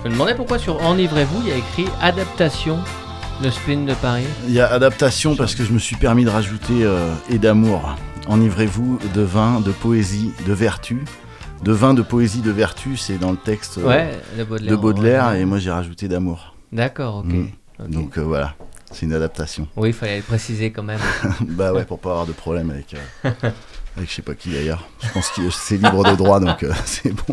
Je me demandais pourquoi sur Enivrez-vous, il y a écrit adaptation de Spleen de Paris. Il y a adaptation parce que je me suis permis de rajouter euh, et d'amour. Enivrez-vous de vin, de poésie, de vertu. De vin, de poésie, de vertu, c'est dans le texte euh, Ouais, de Baudelaire. de Baudelaire ouais. et moi j'ai rajouté d'amour. D'accord, ok. Mm. Ok. Donc euh, voilà, c'est une adaptation. Oui, il fallait le préciser quand même. Bah ouais, pour pas avoir de problème avec, euh, avec je sais pas qui d'ailleurs. Je pense que c'est libre de droit donc euh, c'est bon.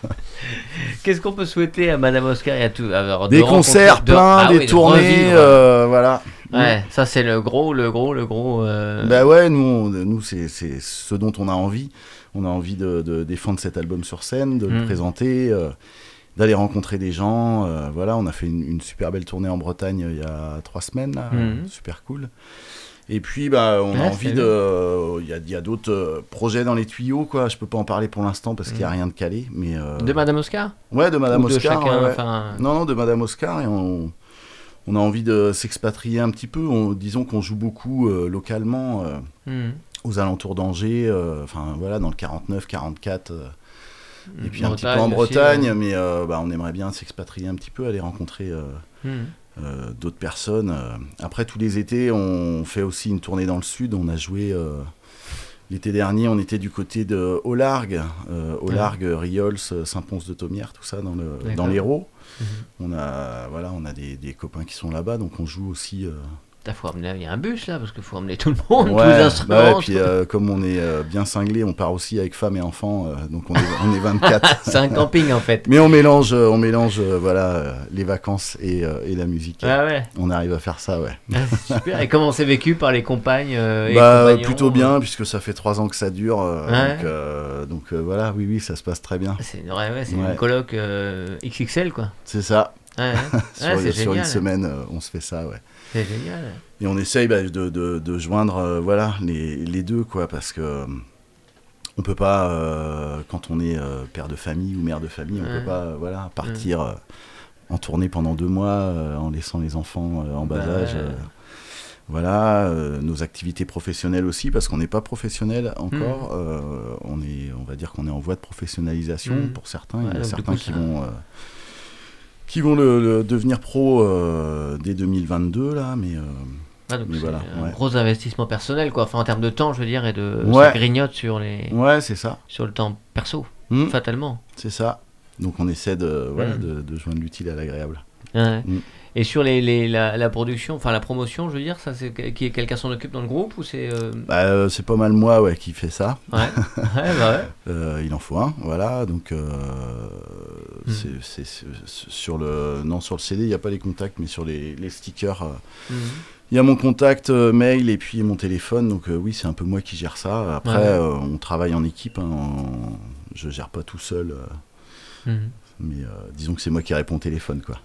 Qu'est-ce qu'on peut souhaiter à Madame Oscar et à tout alors, Des de concerts rencontrer- de- pleins, Ah des oui, de tournées, revivre. euh, voilà. Ouais, ça c'est le gros, le gros, le gros. euh, Bah ouais, nous, on- nous c'est, c'est ce dont on a envie. On a envie de, de défendre cet album sur scène, de le Mm. présenter, euh, d'aller rencontrer des gens. euh, voilà, on a fait une, une super belle tournée en Bretagne euh, il y a trois semaines, là, Mm. euh, super cool. Et puis, bah, on Ouais, a envie c'est de. euh, Il y a, il y a d'autres euh, projets dans les tuyaux, quoi. Je peux pas en parler pour l'instant parce qu'il y a Mm. rien de calé. Mais, euh, De Madame Oscar ouais, de Madame Ou de Oscar. chacun, ouais, ouais. enfin... Non, non, de Madame Oscar. Et on, on a envie de s'expatrier un petit peu. On- disons qu'on joue beaucoup euh, localement. euh, Hmm. aux alentours d'Angers, euh, enfin voilà, dans le quarante-neuf, quarante-quatre, euh, et puis un petit peu Bretagne en aussi, Bretagne, ouais. mais euh, bah, on aimerait bien s'expatrier un petit peu, aller rencontrer euh, Hmm. euh, d'autres personnes. euh. Après, tous les étés, on fait aussi une tournée dans le sud. On a joué euh, l'été dernier, on était du côté de Aulargues, euh, Aulargues, Riols, Saint-Pons-de-Thomières, tout ça dans, le, D'accord. dans l'Hérault. Mhm. On a, voilà, on a des, des copains qui sont là-bas, donc on joue aussi. euh, T'as faut amener, il y a un bus là parce qu'il faut emmener tout le monde, tous Ouais, les instruments. bah ouais, puis euh, comme on est euh, bien cinglé, on part aussi avec femmes et enfants, euh, donc on est, on est vingt-quatre. C'est un camping en fait. Mais on mélange, euh, on mélange euh, voilà, euh, les vacances et, euh, et la musique. Ah ouais, On arrive à faire ça, ouais. ah, c'est super. Et comment c'est vécu par les compagnes euh, et Bah, compagnons, plutôt euh, bien, puisque ça fait trois ans que ça dure. euh, Ouais. Donc, euh, donc euh, voilà, oui, oui, ça se passe très bien. C'est, ouais, ouais, c'est Ouais. une coloc euh, X X L quoi. C'est ça. Ouais, ouais. sur Ouais, c'est sur une génial. semaine, euh, on se fait ça, ouais. C'est génial. Et on essaye bah, de, de, de joindre euh, voilà, les, les deux, quoi, parce que euh, on peut pas, euh, quand on est euh, père de famille ou mère de famille, on Ouais. peut pas euh, voilà, partir euh, en tournée pendant deux mois euh, en laissant les enfants euh, en bas Bah âge. ouais. euh, voilà, euh, nos activités professionnelles aussi, parce qu'on n'est pas professionnel encore. Mm. euh, on, est, on va dire qu'on est en voie de professionnalisation Mm. pour certains. Ouais, Il y a donc du certains coup, qui ça- vont... euh, qui vont le, le devenir pro euh, dès deux mille vingt-deux, là, mais... euh, Ah, donc Mais c'est voilà, un ouais. gros investissement personnel quoi. Enfin en termes de temps je veux dire et de Ouais. ça grignote sur les Ouais, c'est ça. sur le temps perso Mm. fatalement. C'est ça. Donc on essaie de, voilà, Mm. de, de joindre l'utile à l'agréable. Ouais. Mm. Et sur les, les, la, la production, enfin la promotion, je veux dire, ça c'est que- qui quelqu'un s'en occupe dans le groupe ou c'est euh, Bah, euh, c'est pas mal moi ouais, qui fait ça. ouais, ouais, bah ouais. Euh, il en faut un, voilà. Donc euh, Mm. c'est, c'est- c'est- sur le non sur le C D il n'y a pas les contacts, mais sur les, les stickers, euh, Mhm. il y a mon contact euh, mail et puis mon téléphone. Donc euh, oui, c'est un peu moi qui gère ça. Après, Ouais. euh, on travaille en équipe. Hein, en- Je gère pas tout seul, euh, Mhm. mais euh, disons que c'est moi qui réponds au téléphone, quoi.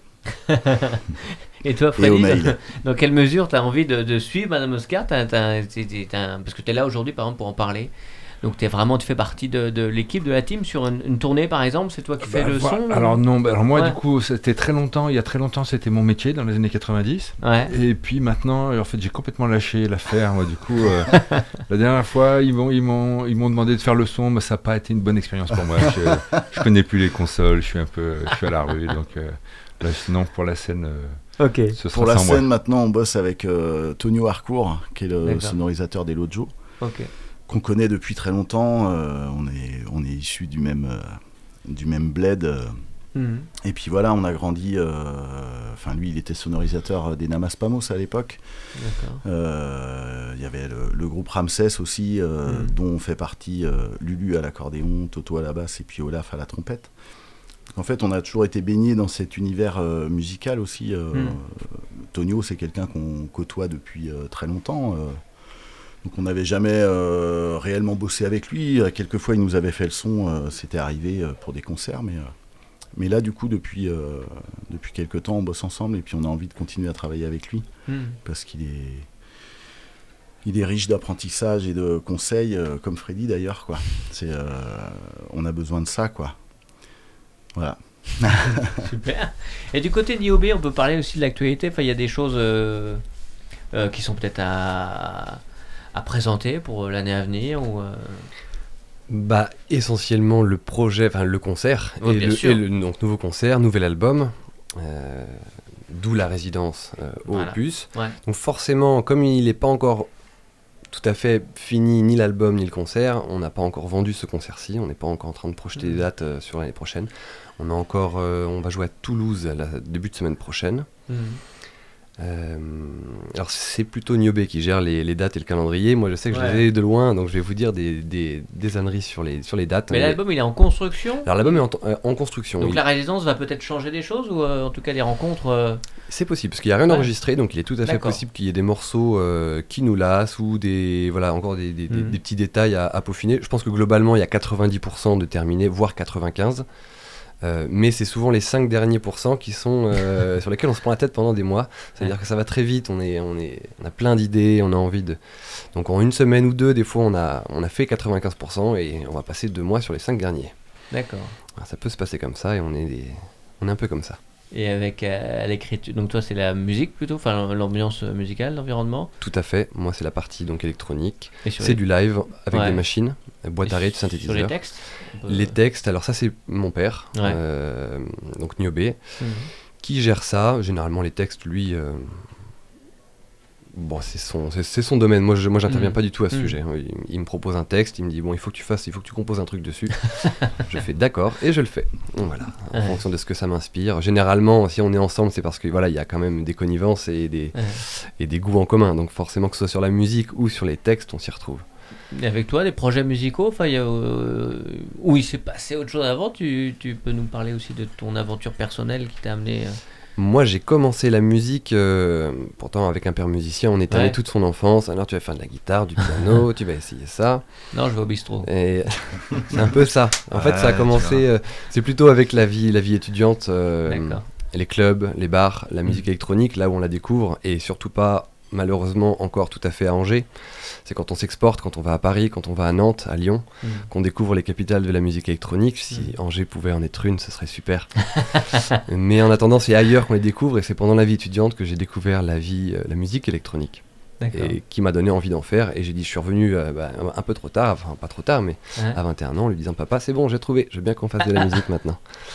Et toi, Et au Freddy, mail. dans, dans quelle mesure tu as envie de, de suivre Madame Oscar t'as, t'as- t'es- t'es- t'as- Parce que tu es là aujourd'hui, par exemple, pour en parler. Donc t'es vraiment, tu fais partie de, de l'équipe, de la team sur une, une tournée, par exemple. C'est toi qui fais Bah, le voilà. son. Alors non, bah, alors moi Ouais. du coup, c'était très longtemps, il y a très longtemps, c'était mon métier dans les années quatre-vingt-dix. Ouais. Et puis maintenant, en fait, j'ai complètement lâché l'affaire. Moi, du coup, euh, la dernière fois, ils m'ont, ils m'ont, ils m'ont demandé de faire le son, mais ça n'a pas été une bonne expérience pour moi. Je, je connais plus les consoles, je suis un peu, je suis à la rue, donc euh, là, sinon pour la scène, euh, Ok. ce sera Pour la sans moi. scène, maintenant, on bosse avec euh, Tonio Harcourt, qui est le D'accord. sonorisateur des Lojo, Ok. qu'on connaît depuis très longtemps. euh, on est, on est issus du même, euh, du même bled. euh, Mhm. et puis voilà, on a grandi. euh, Enfin, lui, il était sonorisateur des Namas Pamos à l'époque. D'accord. Euh, Il y avait le, le groupe Ramsès aussi, euh, Mhm. dont fait partie euh, Lulu à l'accordéon, Toto à la basse et puis Olaf à la trompette. En fait, on a toujours été baigné dans cet univers euh, musical aussi. euh, Mhm. Tonio, c'est quelqu'un qu'on côtoie depuis euh, très longtemps. euh, donc on n'avait jamais euh, réellement bossé avec lui. Euh, Quelquefois, il nous avait fait le son, euh, c'était arrivé euh, pour des concerts. Mais, euh, mais là, du coup, depuis, euh, depuis quelques temps, on bosse ensemble et puis on a envie de continuer à travailler avec lui Mhm. parce qu'il est, il est riche d'apprentissage et de conseils, euh, comme Freddy d'ailleurs, quoi. C'est, euh, on a besoin de ça, quoi. Voilà. Super. Et du côté d'I O B, on peut parler aussi de l'actualité. Enfin, il y a des choses euh, euh, qui sont peut-être à, à présenter pour l'année à venir ou. euh, Bah, essentiellement le projet, enfin le concert, Oui, et, bien le, sûr. et le donc, nouveau concert, nouvel album. Euh, d'où la résidence euh, au Voilà. Opus. Ouais. Donc forcément, comme il n'est pas encore tout à fait fini, ni l'album ni le concert, on n'a pas encore vendu ce concert-ci, on n'est pas encore en train de projeter Mmh. des dates euh, sur l'année prochaine. On a encore, euh, on va jouer à Toulouse à la début de semaine prochaine. Mhm. Euh, alors c'est plutôt Niobé qui gère les, les dates et le calendrier. Moi je sais que je Ouais. les ai de loin, donc je vais vous dire des, des, des âneries sur les, sur les dates. Mais Mais- l'album, il est en construction. Alors l'album est en, euh, en construction. Donc Il- la résidence va peut-être changer des choses ou euh, en tout cas les rencontres. euh, C'est possible, parce qu'il n'y a rien Ouais. enregistré, donc il est tout à fait D'accord. possible qu'il y ait des morceaux euh, qui nous lassent ou des, voilà, encore des, des- des- Mhm. des petits détails à, à peaufiner. Je pense que globalement, il y a quatre-vingt-dix pour cent de terminés, voire quatre-vingt-quinze pour cent. Euh, mais c'est souvent les cinq derniers pourcents qui sont euh, sur lesquels on se prend la tête pendant des mois. C'est-à-dire Ouais. que ça va très vite, on, est, on, est, on a plein d'idées, on a envie de... Donc en une semaine ou deux, des fois, on a, on a fait quatre-vingt-quinze pour cent et on va passer deux mois sur les cinq derniers. D'accord. Alors, ça peut se passer comme ça et on est, des- on est un peu comme ça. Et avec euh, à l'écriture. Donc toi, c'est la musique plutôt, enfin l'ambiance musicale, l'environnement. Tout à fait, moi c'est la partie donc électronique. Et sur C'est les- du live avec Ouais. des machines, boîte à rythme, Sur synthétiseur. les textes. on peut- Les textes, alors ça c'est mon père, Ouais. euh, donc Niobé, Mhm. qui gère ça. Généralement les textes, lui, euh, bon c'est son, c'est, c'est son domaine. Moi je, moi j'interviens Mhm. pas du tout à ce Mhm. sujet. Il, il me propose un texte, il me dit bon il faut que tu fasses, il faut que tu composes un truc dessus. Je fais d'accord et je le fais. Donc, voilà, en Ouais. fonction de ce que ça m'inspire. Généralement si on est ensemble c'est parce que voilà il y a quand même des connivences et des, Ouais. et des goûts en commun. Donc forcément que ce soit sur la musique ou sur les textes on s'y retrouve. Et avec toi, des projets musicaux, enfin, il y a, euh, où il s'est passé autre chose avant, tu, tu peux nous parler aussi de ton aventure personnelle qui t'a amené. euh, Moi, j'ai commencé la musique, euh, pourtant avec un père musicien, on est allé Ouais. toute son enfance. Alors, tu vas faire de la guitare, du piano, tu vas essayer ça. Non, je vais au bistrot. Et c'est un peu ça. En fait, ça a Ouais, tu commencé, vois. euh, c'est plutôt avec la vie, la vie étudiante, euh, D'accord. les clubs, les bars, la musique électronique, là où on la découvre, et surtout pas, malheureusement, encore tout à fait à Angers. C'est quand on s'exporte, quand on va à Paris, quand on va à Nantes, à Lyon, Mhm. qu'on découvre les capitales de la musique électronique. Si Mhm. Angers pouvait en être une, ce serait super. Mais en attendant, c'est ailleurs qu'on les découvre, et c'est pendant la vie étudiante que j'ai découvert la vie, euh, la musique électronique, D'accord. et qui m'a donné envie d'en faire. Et j'ai dit, je suis revenu euh, bah, un peu trop tard, enfin pas trop tard, mais Hein. à vingt et un ans, en lui disant, papa, c'est bon, j'ai trouvé, je veux bien qu'on fasse de la musique maintenant.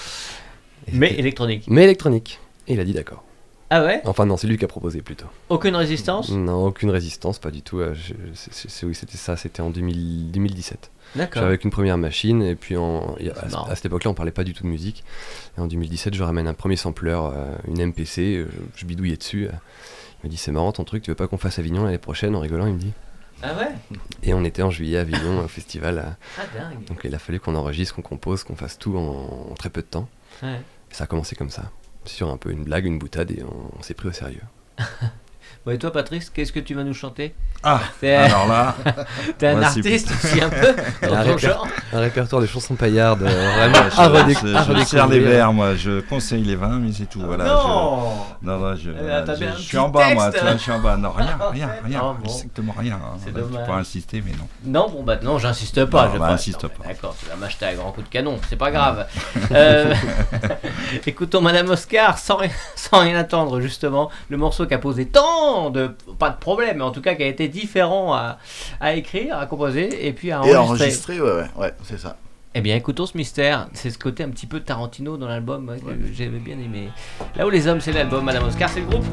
Et Mais c'était- électronique. mais électronique. Et il a dit d'accord. Ah ouais. Enfin non, c'est lui qui a proposé plutôt. Aucune résistance. Non, aucune résistance, pas du tout. euh, je- c'est- c'est- c'est- oui, c'était ça, c'était en deux mille deux mille dix-sept. D'accord. J'avais avec une première machine, et puis en, et à, C'est marrant. à cette époque-là, on parlait pas du tout de musique. Et en deux mille dix-sept, je ramène un premier sampler, euh, une M P C, euh, je, je bidouillais dessus. euh. Il m'a dit, c'est marrant ton truc, tu veux pas qu'on fasse Avignon l'année prochaine? En rigolant, il me dit. Ah ouais. Et on était en juillet à Avignon, au festival. euh, Ah dingue. donc il a fallu qu'on enregistre, qu'on compose, qu'on fasse tout en, en très peu de temps. Ouais. Et ça a commencé comme ça, sur un peu une blague, une boutade, et on, on s'est pris au sérieux. Bon, et toi, Patrice, qu'est-ce que tu vas nous chanter? Ah, T'es alors là, t'es un moi, c'est- artiste aussi un peu dans La ton réper- genre. Un répertoire de chansons paillardes, euh, vraiment je, à, redéc- je- à je sers les redécouvrir. verres, moi, je conseille les vins, mais c'est tout. voilà, non. je, non, non, je, Euh, t'as je- bien un je suis petit en bas, moi, texte. tu vois, je suis en bas. Non, rien, En rien, fait, rien, ah, bon. strictement rien. hein. C'est Tu dommage. pourras insister, mais non. Non, bon bah non, j'insiste pas. Non, je vais bah, pas- insiste non, pas. mais D'accord, tu vas m'acheter un grand coup de canon, c'est pas grave. Euh, Écoutons Madame Oscar sans, ri- sans rien attendre justement, le morceau qui a posé tant de pas de problème, mais en tout cas qui a été différent à, à écrire, à composer et puis à Et enregistrer. enregistré, ouais, ouais, ouais, c'est ça. Eh bien, écoutons ce mystère. C'est ce côté un petit peu Tarantino dans l'album ouais, que j'avais bien aimé. Là où les hommes, c'est l'album. Madame Oscar, c'est le groupe.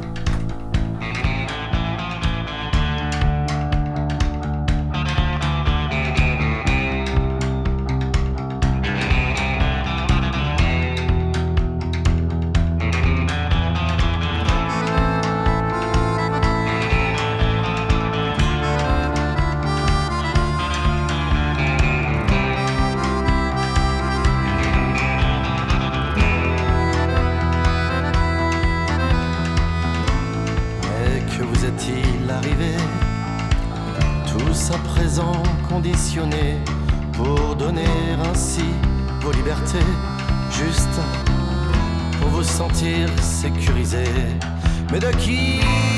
Mais que vous est-il arrivé? Tous à présent conditionnés pour donner ainsi vos libertés, juste pour vous sentir sécurisé. Mais de qui?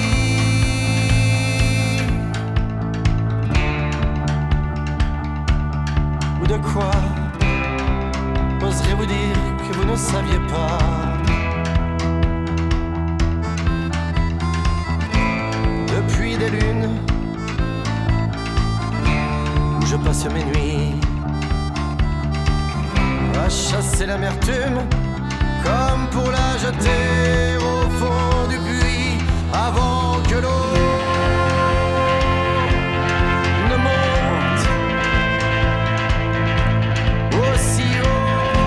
Ou de quoi? Oserez-vous dire que vous ne saviez pas? Depuis des lunes où je passe mes nuits à chasser l'amertume comme pour la jeter au fond du puits avant que l'eau ne monte aussi haut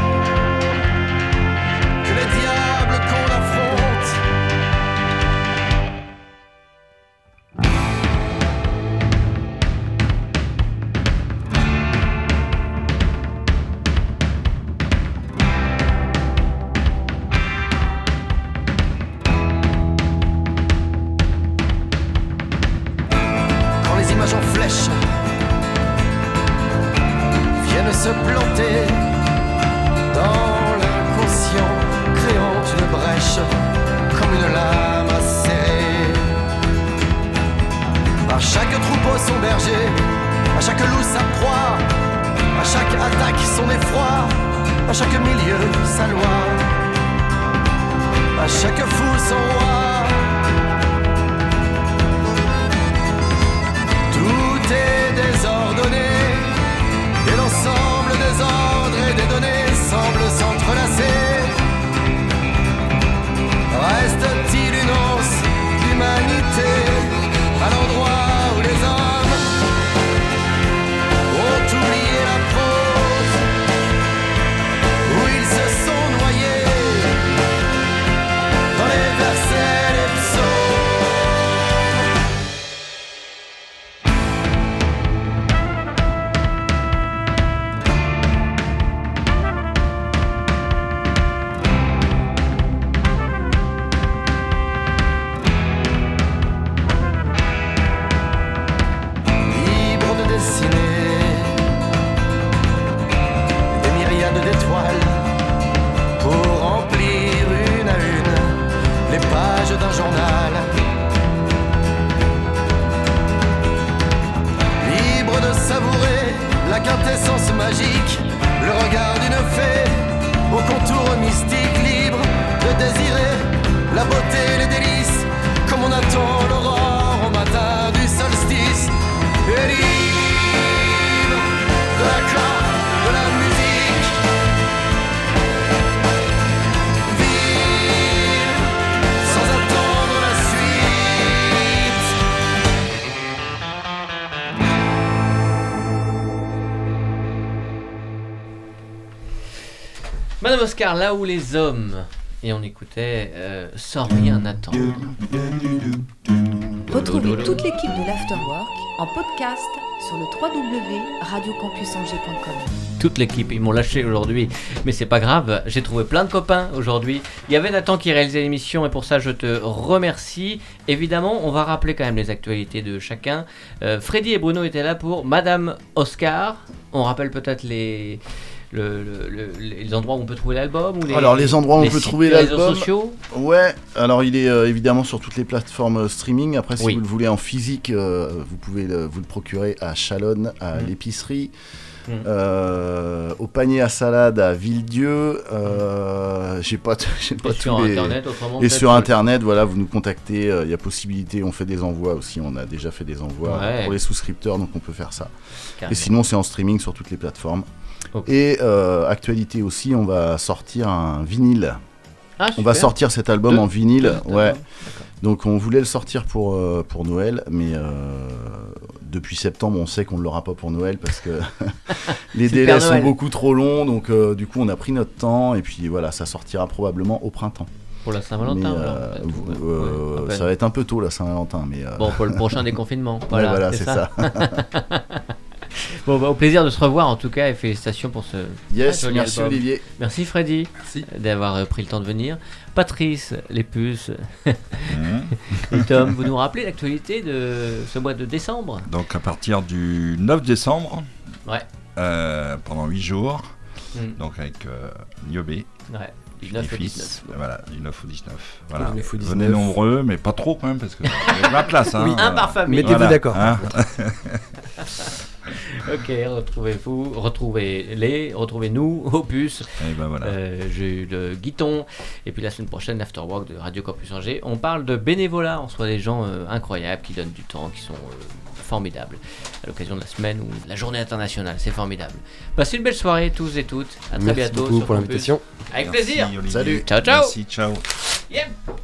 que les diables qu'on affronte. Quand les images en flèche viennent se planter dans l'inconscient, créant une brèche comme une lame acérée. À chaque troupeau son berger, à chaque loup sa proie, à chaque attaque son effroi, à chaque milieu sa loi, à chaque fou son roi. Tout est désordonné et l'ensemble des ordres et des données semble s'entrelacer. Reste-t-il une once d'humanité à l'endroit où les hommes ont oublié la prose, où ils se sont noyés dans les versets des psaumes? Libre de dessiner des myriades d'étoiles pour remplir une à une les pages d'un journal. Libre de savourer la quintessence magique, le regard d'une fée au contour mystique. Libre de désirer la beauté, les délices, comme on attend l'aurore au matin du solstice. Et libre de l'accord, de la musique, vivre sans attendre la suite. Madame Oscar, là où les hommes, et on écoutait euh, Sans rien attendre. Retrouvez toute l'équipe de l'Afterwork en podcast sur le w w w point radio campus angers point com. Toute l'équipe, ils m'ont lâché aujourd'hui, mais c'est pas grave, j'ai trouvé plein de copains aujourd'hui. Il y avait Nathan qui réalisait l'émission et pour ça je te remercie. Évidemment, on va rappeler quand même les actualités de chacun. Euh, Freddy et Bruno étaient là pour Madame Oscar. On rappelle peut-être les... Le, le, le, les endroits où on peut trouver l'album ou les, Alors les endroits où les on peut sites, trouver les réseaux l'album. sociaux. Ouais, alors il est euh, évidemment sur toutes les plateformes euh, streaming. Après, si Oui. vous le voulez en physique, euh, vous pouvez le, vous le procurer à Chalonne, à Mm. l'épicerie, Mm. euh, au panier à salade à Villedieu. Euh, j'ai pas, t- j'ai pas Et tous sur les. internet autrement. Et peut-être, sur euh, internet, voilà, vous nous contactez. Il euh, y a possibilité, on fait des envois aussi. On a déjà fait des envois Ouais. pour les souscripteurs, donc on peut faire ça. carrément. Et sinon, c'est en streaming sur toutes les plateformes. Ok. Et euh, actualité aussi, on va sortir un vinyle. Ah, On va super. sortir cet album Deux en vinyle, Deux, ouais. d'accord. Donc on voulait le sortir pour, euh, pour Noël, mais euh, depuis septembre, on sait qu'on ne l'aura pas pour Noël parce que les C'est le délais Père sont Noël. beaucoup trop longs. Donc euh, du coup, on a pris notre temps et puis voilà, ça sortira probablement au printemps. Pour la Saint-Valentin, Mais, alors, euh, peut-être, vous- ouais. euh, Ouais, à peine. ça va être un peu tôt la Saint-Valentin, mais euh, Bon, pour le prochain déconfinement. ouais, Voilà, voilà, c'est c'est ça. ça. Bon, bah, au plaisir de se revoir en tout cas et félicitations pour ce Yes, joli merci album. Olivier. Merci Freddy Merci. d'avoir euh, pris le temps de venir. Patrice, les puces Mmh. et Tom, vous nous rappelez l'actualité de ce mois de décembre? Donc à partir du neuf décembre, Ouais. euh, pendant huit jours, Mm. donc avec euh, Niobé, Ouais. Du puis neuf les au fils, dix-neuf. voilà, du neuf au dix-neuf. Voilà. Du neuf au dix-neuf. Venez nombreux, mais pas trop quand même, parce que il y a de la place. Hein, Oui. Un par famille. Mettez-vous d'accord. hein. Ok, retrouvez-vous, retrouvez-les, retrouvez-nous, Opus. Et ben voilà. Euh, j'ai eu le Guiton. Et puis la semaine prochaine, l'Afterwork de Radio Campus Angers. On parle de bénévolat. On soit des gens euh, incroyables qui donnent du temps, qui sont euh, formidables. À l'occasion de la semaine ou de la journée internationale. C'est formidable. Passez une belle soirée, tous et toutes. À très Merci bientôt. beaucoup sur pour Campus. l'invitation. Avec Merci, plaisir. Olivier. Salut. Ciao, ciao. Merci, ciao. Yep.